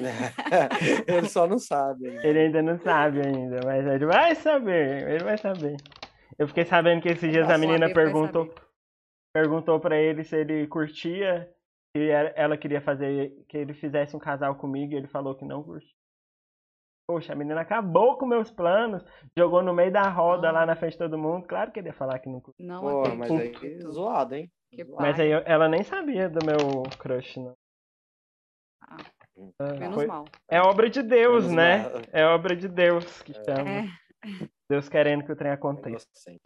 Ele só não sabe ainda. Ele ainda não sabe ainda, mas ele vai saber, ele vai saber. Eu fiquei sabendo que esses dias a O menina amigo vai perguntou, saber. perguntou pra ele se ele curtia, que ela ela queria fazer, que ele fizesse um casal comigo, e ele falou que não curtia. Poxa, a menina acabou com meus planos, jogou no meio da roda Ah. lá na frente de todo mundo. Claro que ele ia falar que não curtia. Não Pô, mas aí, acredito. zoado, hein? Que Mas aí paia. eu- ela nem sabia do meu crush, não. Ah, Ah, Menos foi- mal. É obra de Deus, Menos né? mal. É obra de Deus que chama. É. Deus querendo que o trem aconteça. Inocente.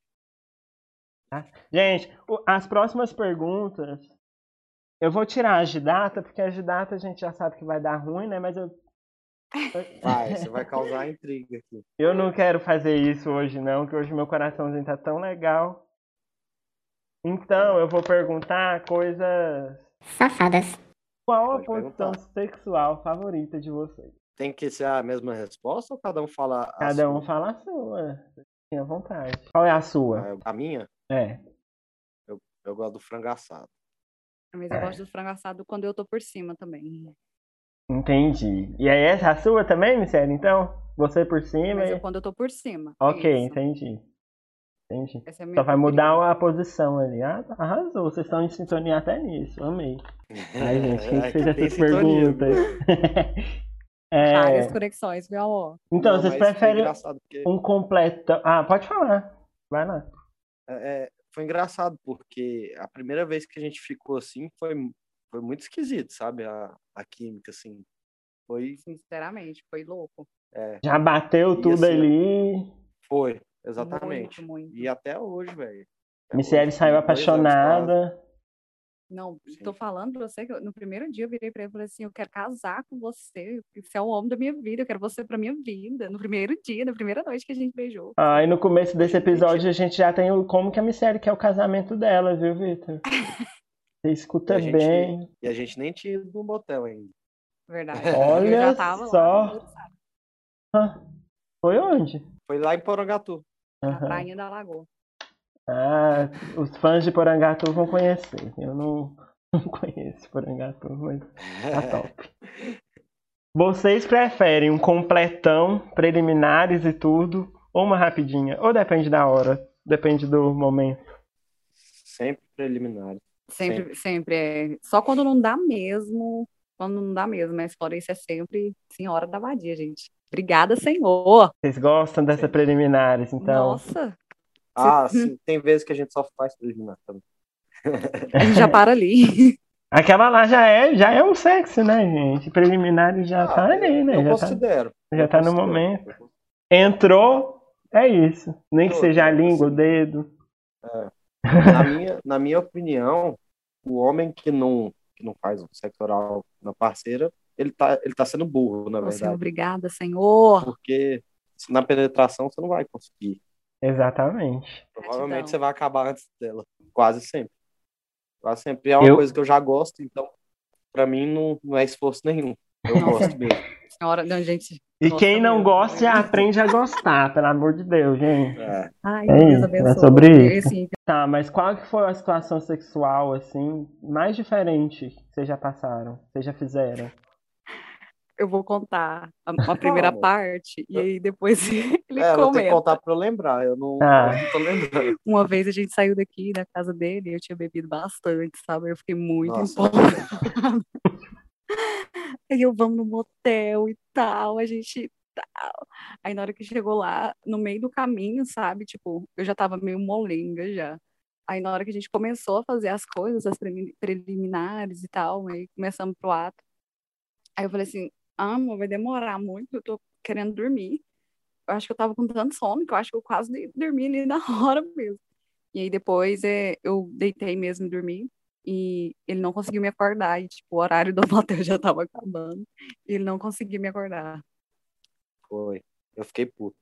Gente, o- as próximas perguntas, eu vou tirar a de data, porque a de data a gente já sabe que vai dar ruim, né? Mas eu, Vai, você vai causar intriga aqui. eu não quero fazer isso hoje, não, que hoje meu coraçãozinho tá tão legal. Então, eu vou perguntar coisas. Safadas. Qual a Pode posição perguntar. sexual favorita de vocês? Tem que ser a mesma resposta ou cada um fala a Cada um sua? fala a sua. Fique à vontade. Qual é a sua? A minha? É. Eu gosto do frango assado. Mas eu gosto do frango assado quando eu tô por cima também. Entendi. E aí, essa é a sua também, Michele? Então? Você por cima Mas e... eu quando eu tô por cima. Ok, Isso. entendi. Entendi. Essa é a minha Só vai preferida. mudar a posição ali. Ah, arrasou. Vocês estão em sintonia até nisso. Amei. Ai, gente, quem que Aqui fez tem essas sintonia, perguntas? viu? É, Várias conexões, meu amor. então, Não, vocês mas foi preferem engraçado porque um completo... Ah, pode falar. Vai lá. é, foi engraçado porque a primeira vez que a gente ficou assim foi, foi muito esquisito, sabe? A, a química, assim. Foi, Sinceramente, foi louco. é, Já bateu E tudo assim, ali. foi, exatamente. Muito, muito. E até hoje, velho. Até Michele hoje, saiu dois anos quase. apaixonada. Não, Sim. tô falando pra você que eu- no primeiro dia eu virei pra ele e falei assim, eu quero casar com você, você é o homem da minha vida, eu quero você pra minha vida. No primeiro dia, na primeira noite que a gente beijou. Ah, e no começo desse Gente. episódio a gente já tem o como que a Michele quer o casamento dela, viu, Vitor? Você E escuta a, gente, bem. e a gente nem tinha ido no motel ainda. Verdade. eu Olha já tava só. lá sabe, Ah, foi onde? Foi lá em Porangatu. na Aham. prainha da Lagoa. Ah, os fãs de Porangatu vão conhecer. Eu não, não conheço Porangatu, mas tá top. Vocês preferem um completão, preliminares e tudo, ou uma rapidinha? Ou depende da hora? Depende do momento. Sempre preliminar. Sempre, sempre é. Só quando não dá mesmo, quando não dá mesmo, mas fora isso é sempre senhora da vadia, gente. Obrigada, Senhor. Vocês gostam dessa Sim. preliminares, então? Nossa, Ah, sim, tem vezes que a gente só faz preliminar também. a gente já para ali. Aquela lá já é, já é um sexo, né, gente? Preliminares já tá Ah, ali, né? eu Já tá, considero. já eu tá no considero. momento. Entrou, é isso. Nem que Eu- seja a eu, língua, o assim, dedo. Na minha, na minha opinião, o homem que não, que não faz um sexo oral na parceira, ele tá, ele tá sendo burro, na Nossa, verdade. obrigada, Senhor. Porque se na penetração você não vai conseguir. Exatamente. Provavelmente Gratidão. você vai acabar antes dela. Quase sempre. Quase sempre. E é uma Eu- coisa que eu já gosto, então, pra mim, não, não é esforço nenhum. Eu Nossa. gosto mesmo. Senhora, não, gente. E gosta quem não mesmo, gosta, né? aprende a gostar, pelo amor de Deus, gente. É. Ai, É Deus isso, é abençoe. sobre E, isso. assim, Tá, mas qual que foi a situação sexual, assim, mais diferente que vocês já passaram, que vocês já fizeram? eu vou contar a, a primeira Vamos. parte e aí depois ele É, ela tem que comenta. contar pra eu lembrar. Eu não, Ah. eu não tô lembrando. Uma vez a gente saiu daqui da casa dele e eu tinha bebido bastante, sabe? Eu fiquei muito Nossa. empolgada. Aí eu vamos no motel e tal, a gente tal. Aí na hora que chegou lá, no meio do caminho, sabe? Tipo, eu já tava meio molenga já. Aí na hora que a gente começou a fazer as coisas, as premi- preliminares e tal, aí começamos pro ato. Aí eu falei assim, ah, amor, vai demorar muito, eu tô querendo dormir. Eu acho que eu tava com tanto sono que eu acho que eu quase de- dormi ali na hora mesmo. E aí depois é, eu deitei mesmo e dormi. E ele não conseguiu me acordar. E, tipo, o horário do motel já tava acabando. E ele não conseguiu me acordar. Foi. Eu fiquei puto.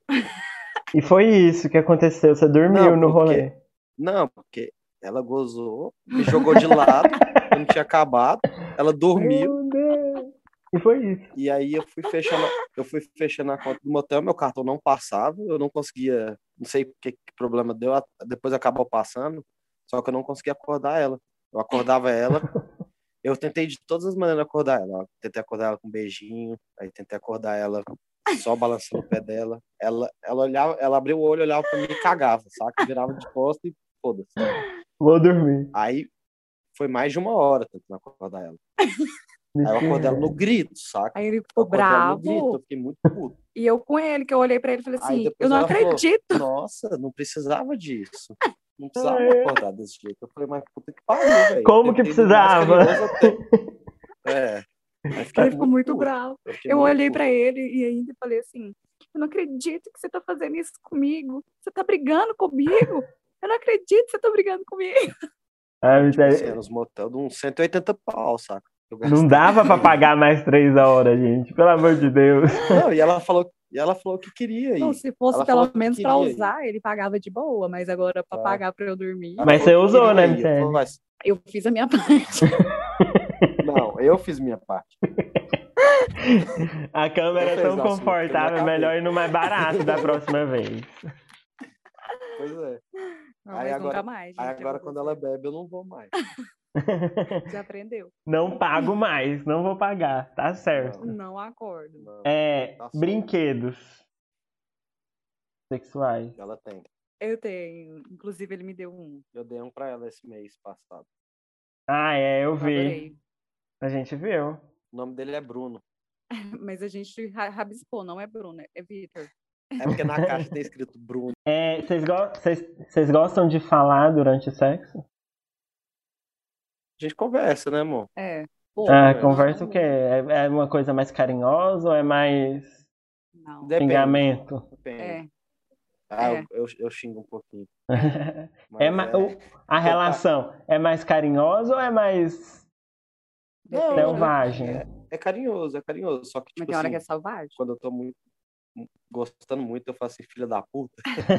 E foi isso que aconteceu. Você dormiu Não, no porque- rolê. Não, porque ela gozou, me jogou de lado, eu não tinha acabado. Ela dormiu. Meu Deus. E foi isso. E aí eu fui fechando, eu fui fechando a conta do motel, meu cartão não passava, eu não conseguia, não sei que, que problema deu, a- depois acabou passando, só que eu não conseguia acordar ela. Eu acordava ela, eu tentei de todas as maneiras acordar ela. Eu tentei acordar ela com um beijinho, aí tentei acordar ela só balançando o pé dela. Ela, ela olhava, ela abria o olho, olhava pra mim e cagava, saca? Virava de costas e foda-se. Vou dormir. Aí foi mais de uma hora tentando acordar ela. Me Aí eu acordei ela no ferrei. grito, saca? Aí ele Eu ficou acordei ela no grito, eu bravo. fiquei muito puto. E eu com ele, que eu olhei pra ele e falei Aí assim, depois eu não ela falou, acredito. nossa, não precisava disso. Não precisava Ai. acordar desse jeito. Eu falei, mas puta que pariu, velho. Como que Tentei do mais precisava? carinhoso até- É. Aí fiquei Ele ficou muito puto. bravo. Eu, fiquei Eu muito olhei puto. pra ele e ainda falei assim, eu não acredito que você tá fazendo isso comigo. Você tá brigando comigo? Eu não acredito que você tá brigando comigo. Ah, Tipo mas assim, é- era uns motel de uns cento e oitenta pau, saca? Eu Não gastei. dava pra pagar mais três horas, gente. Pelo amor de Deus. Não, e ela falou, e ela falou que queria ir. Não, se fosse Ela pelo falou que menos pra queria ir. usar, ele pagava de boa, mas agora pra Ah. pagar pra eu dormir, Ela Mas falou você que usou, queria né, ir. Eu falei, Michele? mas- eu fiz a minha parte. Não, eu fiz minha parte. A câmera é Você fez tão a sua, porque eu não confortável, é acabei. melhor ir no mais barato da próxima vez. Pois é. Não, Aí mas agora- nunca mais, Aí gente, agora, eu quando vou ela dizer. bebe, eu não vou mais. Já aprendeu. Não pago mais, não vou pagar, tá certo. Não. Não acordo. Não, É, tá certo. brinquedos sexuais. Ela tem. Eu tenho. Inclusive, ele me deu um. Eu dei um pra ela esse mês passado. Ah, é, eu Eu vi. adorei. A gente viu. O nome dele é Bruno. Mas a gente ra- rabiscou, não é Bruno, é Vitor. É porque na caixa tem escrito Bruno. É, vocês go- vocês- vocês gostam de falar durante o sexo? A gente conversa, né, amor? É. Pô, Ah, conversa. conversa o quê? É, é uma coisa mais carinhosa ou é mais Não. Depende. xingamento? Depende. É. Ah, é. eu, eu, eu xingo um pouquinho. Mas É ma- o- a relação é mais carinhosa ou é mais Não, Depende. selvagem? É, é carinhoso, é carinhoso. Só que, Mas tipo tem hora assim, que é selvagem. quando eu tô muito gostando muito, eu faço assim, filha da puta.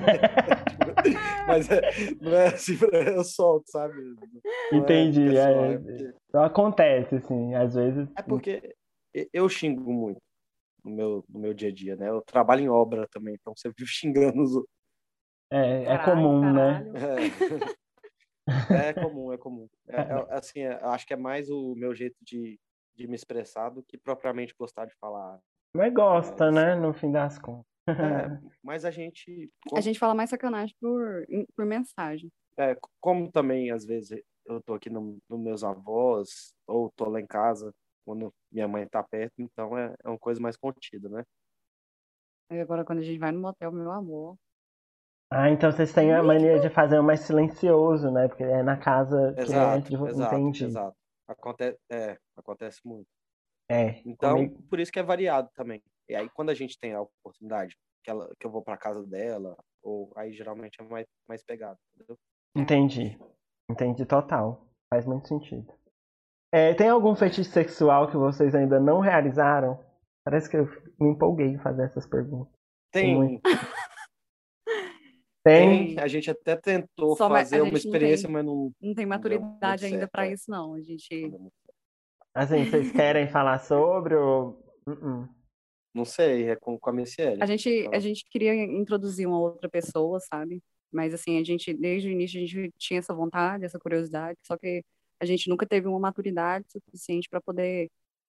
Mas é, não é assim, eu solto, sabe? Não Entendi, É, pessoal, é. é porque, Então acontece, assim, às vezes. é porque eu xingo muito no meu, no meu dia a dia, né? Eu trabalho em obra também, então você vive xingando os outros. É, é Caralho, comum, né? caralho. É, é comum, é comum. É, é, assim, é, eu acho que é mais o meu jeito de, de me expressar do que propriamente gostar de falar. Mas gosta, né? No fim das contas. É, mas a gente, A como, gente fala mais sacanagem por, por mensagem. é, como também às vezes eu tô aqui no, no meus avós ou tô lá em casa quando minha mãe tá perto, então é, é uma coisa mais contida, né? Aí agora, quando a gente vai no motel, meu amor. Ah, então vocês têm a mania de fazer o mais silencioso, né? Porque é na casa que é Exato, de vo- exato, entendi. exato. Acontece, é, acontece muito. É. Então, comigo- por isso que é variado também. E aí, quando a gente tem a oportunidade, que, ela, que eu vou pra casa dela, ou aí geralmente é mais, mais pegado, entendeu? Entendi. Entendi total. Faz muito sentido. É, tem algum fetiche sexual que vocês ainda não realizaram? Parece que eu me empolguei em fazer essas perguntas. Tem, muito. Tem? tem, a gente até tentou Só, mas fazer a uma gente não experiência, tem- mas não, Não tem Não deu muito maturidade ainda certo, pra é. isso, não. A gente. não deu muito certo. Assim, vocês querem falar sobre ou... Uh-uh. Não sei, é com, com a Michelle. A gente, Ela- a gente queria introduzir uma outra pessoa, sabe? Mas assim, a gente, desde o início, a gente tinha essa vontade, essa curiosidade, só que a gente nunca teve uma maturidade suficiente para poder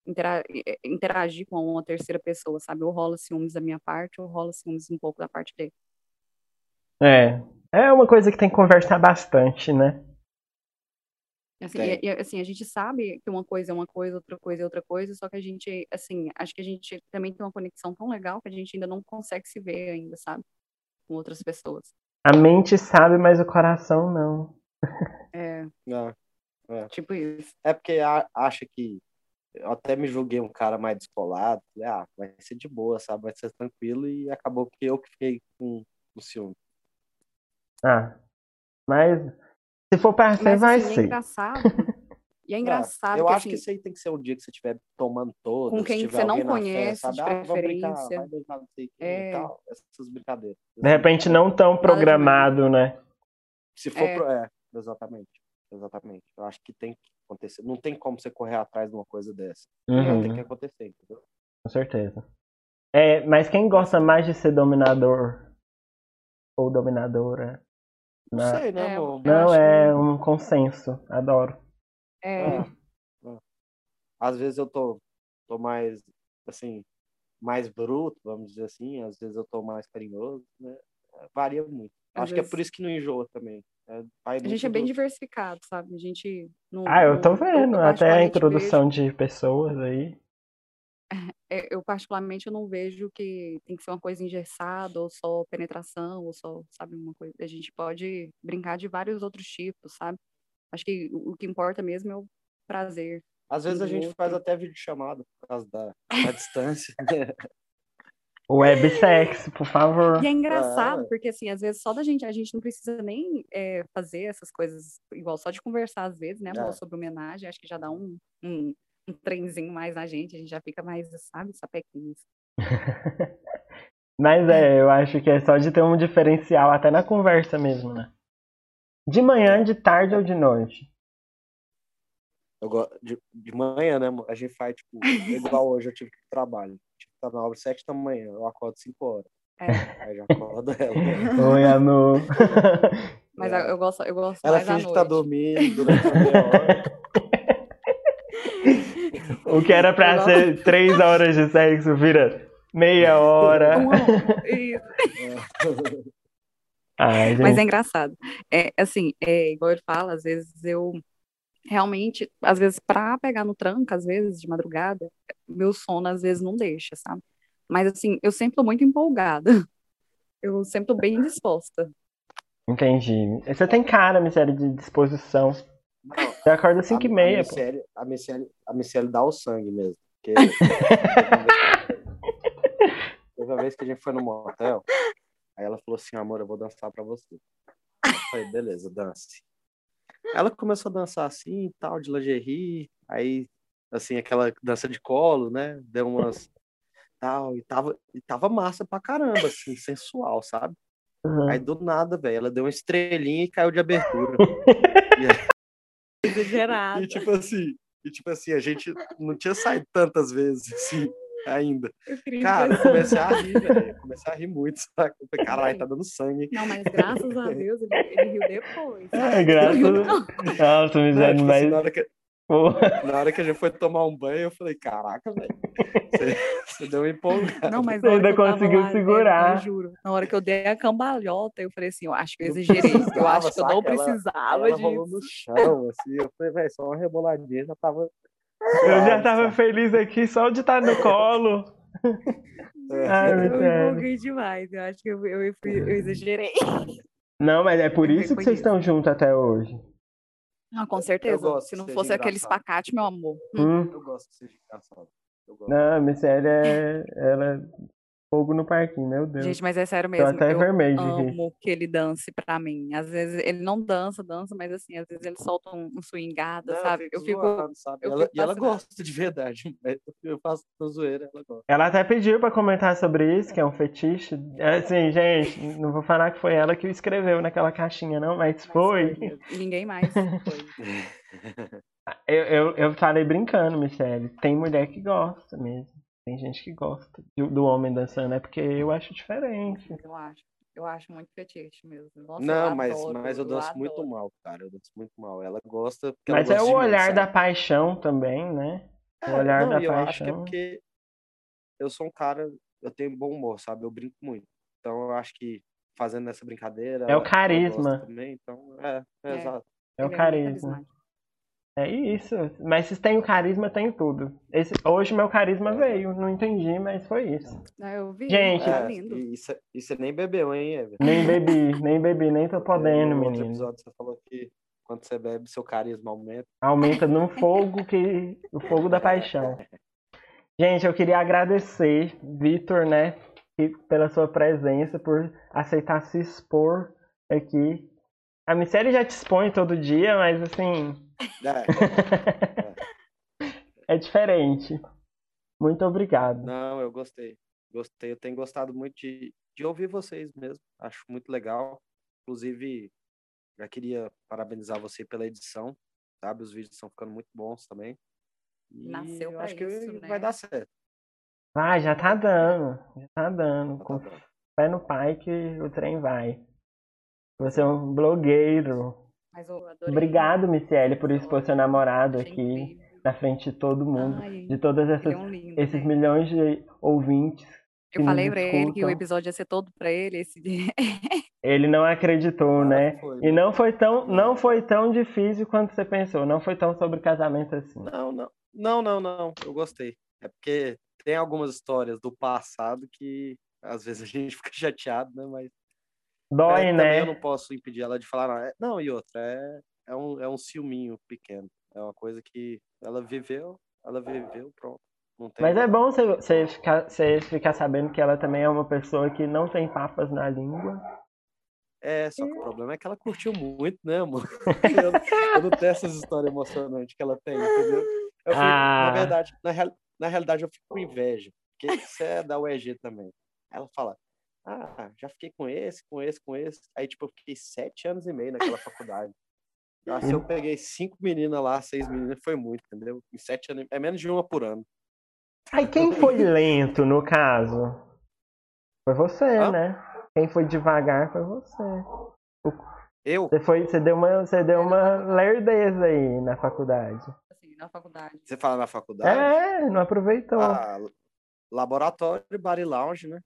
intera- eh, interagir com uma terceira pessoa, sabe? Ou rola ciúmes da minha parte, ou rola ciúmes um pouco da parte dele. É. É uma coisa que tem que conversar bastante, né? Assim, Tem. e- e, assim, a gente sabe que uma coisa é uma coisa, outra coisa é outra coisa, só que a gente, assim, acho que a gente também tem uma conexão tão legal que a gente ainda não consegue se ver ainda, sabe? Com outras pessoas. A mente sabe, mas o coração não. É, Não, é. tipo isso. É porque a- acha que. Eu até me julguei um cara mais descolado. Falei, ah, vai ser de boa, sabe? Vai ser tranquilo. E acabou que eu que fiquei com o ciúme. Ah, mas se for pra ser, Mas, vai assim, e é ser. engraçado, e é Ah, engraçado eu que, acho que assim, isso aí tem que ser um dia que você estiver tomando com todas, se quem tiver você não alguém na conhece, festa, de sabe? Ah, vamos brincar, preferência, vai brincar, não sei o que e é, tal. Essas brincadeiras. De Assim, repente não tão nada demais. programado, né? se for É, pro... É, exatamente. Exatamente. Eu acho que tem que acontecer. Não tem como você correr atrás de uma coisa dessa. Ela tem que Uhum, acontecer, entendeu? com certeza. É, mas quem gosta assim, mais de ser dominador ou dominadora? Não Na... sei, né, é, eu amor? eu Não, acho, é um consenso. Adoro. é, É, é. Às vezes eu tô, tô mais, assim, mais bruto, vamos dizer assim. Às vezes eu tô mais carinhoso, né? É, varia muito. às Acho que é por vezes, isso que não enjoa também. É, vai a gente muito é bem do... diversificado, sabe? A gente não, Ah, eu tô não eu, vendo. eu Até a particularmente vejo, introdução de pessoas aí. é, eu particularmente eu não vejo que tem que ser uma coisa engessada, ou só penetração, ou só, sabe, uma coisa. A gente pode brincar de vários outros tipos, sabe? Acho que o, o que importa mesmo é o prazer Às um vezes a do gente faz outro. até videochamada por causa da, da distância. Websex, por favor. E é É, engraçado, ué. porque assim, às vezes só da gente, a gente não precisa nem é, fazer essas coisas, igual só de conversar às vezes, né, amor, É. sobre homenagem, acho que já dá um, um, um trenzinho mais na gente, a gente já fica mais, sabe, sapequinhos. Mas é, eu acho que é só de ter um diferencial, até na conversa mesmo, né? De manhã, É. de tarde ou de noite? Eu gosto de, de manhã, né, amor? A gente faz, tipo, igual hoje eu tive que ir pro trabalho. Tipo, tá na obra sete da manhã, eu acordo cinco horas. É, Aí já acordo ela. Oi, amor. mas É. eu gosto, eu gosto Ela mais à finge que tá noite. dormindo durante a meia hora. O que era pra Eu gosto ser três horas de sexo vira meia hora. uma, isso. Ai, Mas é gente. engraçado. É assim, é igual ele fala, às vezes eu realmente, às vezes pra pegar no tranco, às vezes de madrugada, meu sono às vezes não deixa, sabe? Mas assim, eu sempre tô muito empolgada. Eu sempre tô bem disposta. Entendi. Você tem cara, miséria, de disposição. Não, Você acorda às a, cinco e a meia, pô. Michelle, a Michelle, a Michelle dá o sangue mesmo. Porque teve uma vez que a gente foi no motel, aí ela falou assim, amor, eu vou dançar pra você. Eu falei, beleza, dance. Ela começou a dançar assim, tal, de lingerie, aí, assim, aquela dança de colo, né? Deu umas, tal, e tava, e tava massa pra caramba, assim, sensual, sabe? Aí, Uhum. do nada, velho, ela deu uma estrelinha e caiu de abertura. E, Exagerada. e, tipo assim, e, tipo assim, a gente não tinha saído tantas vezes, assim, ainda. Eu queria Cara, eu dizer comecei a rir, velho. Eu comecei a rir muito, sabe? Eu falei, caralho, tá dando sangue. não, mas graças a Deus ele, ele riu depois, É, sabe? Ele graças não a riu, não. Nossa, Não, miséria, tipo assim, mas. na hora que, Pô. na hora que a gente foi tomar um banho, eu falei, caraca, velho, você, você deu uma empolgada. Não, mas Você na hora que ainda eu tava conseguiu lá, velho, eu segurar. juro, na hora que eu dei a cambalhota, eu falei assim, eu acho que eu Não exagerei, eu precisava, acho que eu não saca? Ela, aí precisava ela rolou disso. no chão, assim. Eu falei, velho, só uma reboladinha já tava Eu já suave, tava sabe? feliz aqui só de estar no colo. Ai, Eu me miséria. empolguei demais, eu acho que eu, eu, fui- eu exagerei. Não, mas é por Eu isso que vocês reconheço. estão juntos até hoje. Ah, com Eu certeza. gosto Se que não seja fosse aquele engraçado. espacate, meu amor. Hum. Hum. Eu gosto que seja engraçado. Eu gosto. Não, a miséria é. Ela é fogo no parquinho, meu Deus. Gente, mas é sério Tô mesmo, até eu vermelho de rir. amo que ele dance pra mim. Às vezes ele não dança, dança, mas assim, às vezes ele solta um, um swingada, Não, eu sabe? fico Eu fico, zoando, sabe? eu Ela, fico e ela fascinada. gosta de verdade. Mas eu faço na zoeira, ela gosta. Ela até pediu pra comentar sobre isso, que é um fetiche. É, assim, gente, não vou falar que foi ela que escreveu naquela caixinha, não, mas Mas foi. foi mesmo. Ninguém mais foi. Eu, eu, eu falei brincando, Michele. Tem mulher que gosta mesmo. Tem gente que gosta do, do homem dançando, é porque eu acho diferente. Mas eu acho, eu acho muito fetiche mesmo. Nossa, eu Não, mas, adoro, mas eu eu danço muito adoro. mal, cara. Eu danço muito mal. Ela gosta porque ela Mas é gosta o de mim, olhar sabe? da paixão também, né? O É, olhar não, da e eu acho que é paixão. porque eu sou um cara, eu tenho bom humor, sabe? Eu brinco muito. Então eu acho que fazendo essa brincadeira, É o ela, ela gosta carisma. também. Então, é, é É, exato. É o ele é muito carisma. carismático. É isso. Mas se tem o carisma, tem tudo. Esse, hoje meu carisma É. veio. Não entendi, mas foi isso. Ah, eu vi, Gente, tá É, lindo. e, e você e você nem bebeu, hein, Ever? nem bebi, nem bebi, nem tô Porque podendo, no outro menino. episódio você falou que quando você bebe, seu carisma aumenta. Aumenta no fogo que. O fogo da paixão. Gente, eu queria agradecer, Vitor, né, que- pela sua presença, por aceitar se expor aqui. A Michelle já te expõe todo dia, mas assim, É, é diferente. Muito obrigado. não, eu gostei. Gostei, eu tenho gostado muito de, de ouvir vocês mesmo. Acho muito legal. Inclusive, já queria parabenizar você pela edição, sabe? Os vídeos estão ficando muito bons também. E Nasceu eu pra acho que isso, vai né? dar certo. Ah, já tá dando. Já tá dando. Já Com tá dando. fé no pai que o trem vai. Você é um blogueiro. Mas eu adorei. Obrigado, Michelle, por Episódio. expor seu namorado Achei aqui incrível. na frente de todo mundo. Ai, De todas ele essas é um lindo, esses né? milhões de ouvintes que Eu nos falei pra ele que o escutam. episódio ia ser todo pra ele esse dia. Ele não acreditou, Agora né? foi, E né? não foi tão, não Não. foi tão difícil quanto você pensou. Não foi tão sobre casamento assim. Não, não. Não, não, não. Eu gostei. É porque tem algumas histórias do passado que às vezes a gente fica chateado, né? Mas, Dói, mas também eu né? não posso impedir ela de falar nada. Não, e outra, é, é, um, é um ciúminho pequeno. É uma coisa que ela viveu, ela viveu, pronto. Não tem. Mas é bom você, você, ficar, você ficar sabendo que ela também é uma pessoa que não tem papas na língua. É, só que o problema é que ela curtiu muito, né, amor? Eu, eu não tenho essas histórias emocionantes que ela tem, entendeu? Eu fico, Ah. na verdade, na, real, na realidade, eu fico com inveja, porque você é da U E G também. Ela fala, ah, já fiquei com esse, com esse, com esse. Aí, tipo, eu fiquei sete anos e meio naquela faculdade. Ah, se eu peguei cinco meninas lá, seis meninas, foi muito, entendeu? Em sete anos, é menos de uma por ano. Aí quem foi lento no caso? Foi você, Hã? né? Quem foi devagar foi você. Eu? Você, foi, você deu uma, você deu uma lerdeza aí na faculdade. Assim, na faculdade. Você fala na faculdade? É, não aproveitou. Ah, laboratório, bar e lounge, né?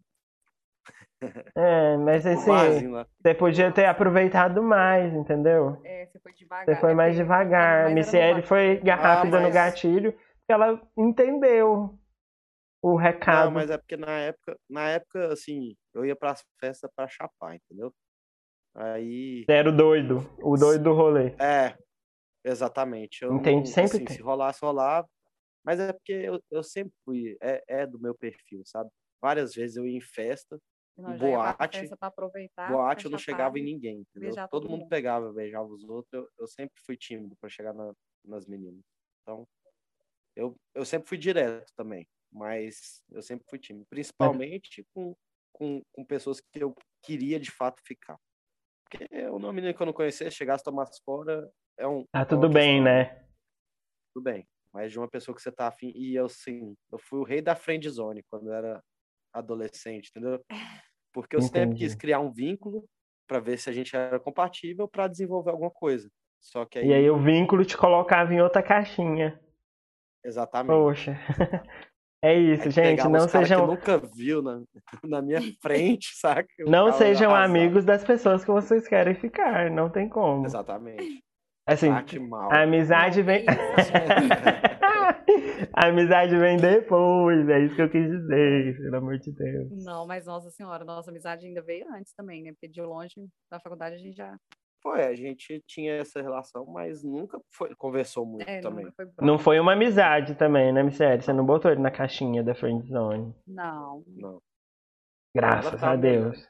É, mas O assim, barzinho lá. você podia ter aproveitado mais, É, entendeu? você foi devagar. Você foi É mais porque eu tava devagar. mais era no Michelle bar. foi Ah, rápida no mas- gatilho, porque ela entendeu o Não, recado. mas é porque na época, na época, assim, eu ia pras festas pra chapar, entendeu? Aí, Você era o doido, o doido do rolê. é, exatamente. Eu Entendi, não, sempre assim, tem. se rolasse, rolava. Mas é porque eu, eu sempre fui, é, é do meu perfil, sabe? Várias vezes eu ia em festa, Não, em já ia pra boate, festa pra aproveitar. boate pra eu não chapar chegava em e ninguém, entendeu? beijar Todo todo mundo mundo. pegava, beijava os outros, eu, eu sempre fui tímido pra chegar na- nas meninas. Então, eu, eu sempre fui direto também, mas eu sempre fui tímido, principalmente com, com, com pessoas que eu queria de fato ficar. Porque uma menina que eu não conhecia, chegasse, tomasse fora, é um. Tá é tudo uma bem, questão, né? Tudo bem. Mas de uma pessoa que você tá afim. E eu, sim, eu fui o rei da friend zone quando eu era adolescente, entendeu? Porque eu sempre Entendi. quis criar um vínculo pra ver se a gente era compatível pra desenvolver alguma coisa. Só que aí. E aí o vínculo te colocava em outra caixinha. Exatamente. Poxa. É isso, Aí gente. pegava Não os caras que sejam, nunca viu na, na minha frente, saca? Eu não ficava sejam arrasado. amigos das pessoas que vocês querem ficar. Não tem como. Exatamente. Assim, Trate mal. a amizade Não, vem. que isso. A amizade vem depois. É isso que eu quis dizer, pelo amor de Deus. Não, mas nossa senhora, nossa amizade ainda veio antes também, né? Porque de longe, na faculdade, a gente já Foi, a gente tinha essa relação, mas nunca foi, conversou muito é, também. nunca foi Não próximo. foi uma amizade também, né, Michelle? Você não botou ele na caixinha da friend zone. Não, Não. Graças Ela tava a me Deus.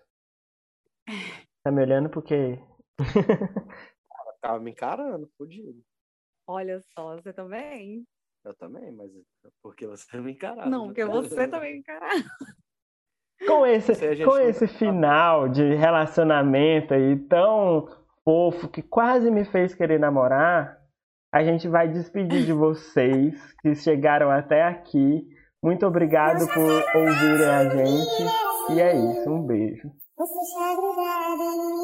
Tá me olhando por quê? Ela ficava me encarando, fudido. olha só, você também. Eu também, mas é porque você me encarava. Não, né? porque você também, cara. Com esse, Isso aí a gente com nunca esse sabe. final de relacionamento aí tão fofo que quase me fez querer namorar, a gente vai despedir de vocês que chegaram até aqui. Muito obrigado por ouvirem a gente. E é isso, um beijo. Você já grudada em mim.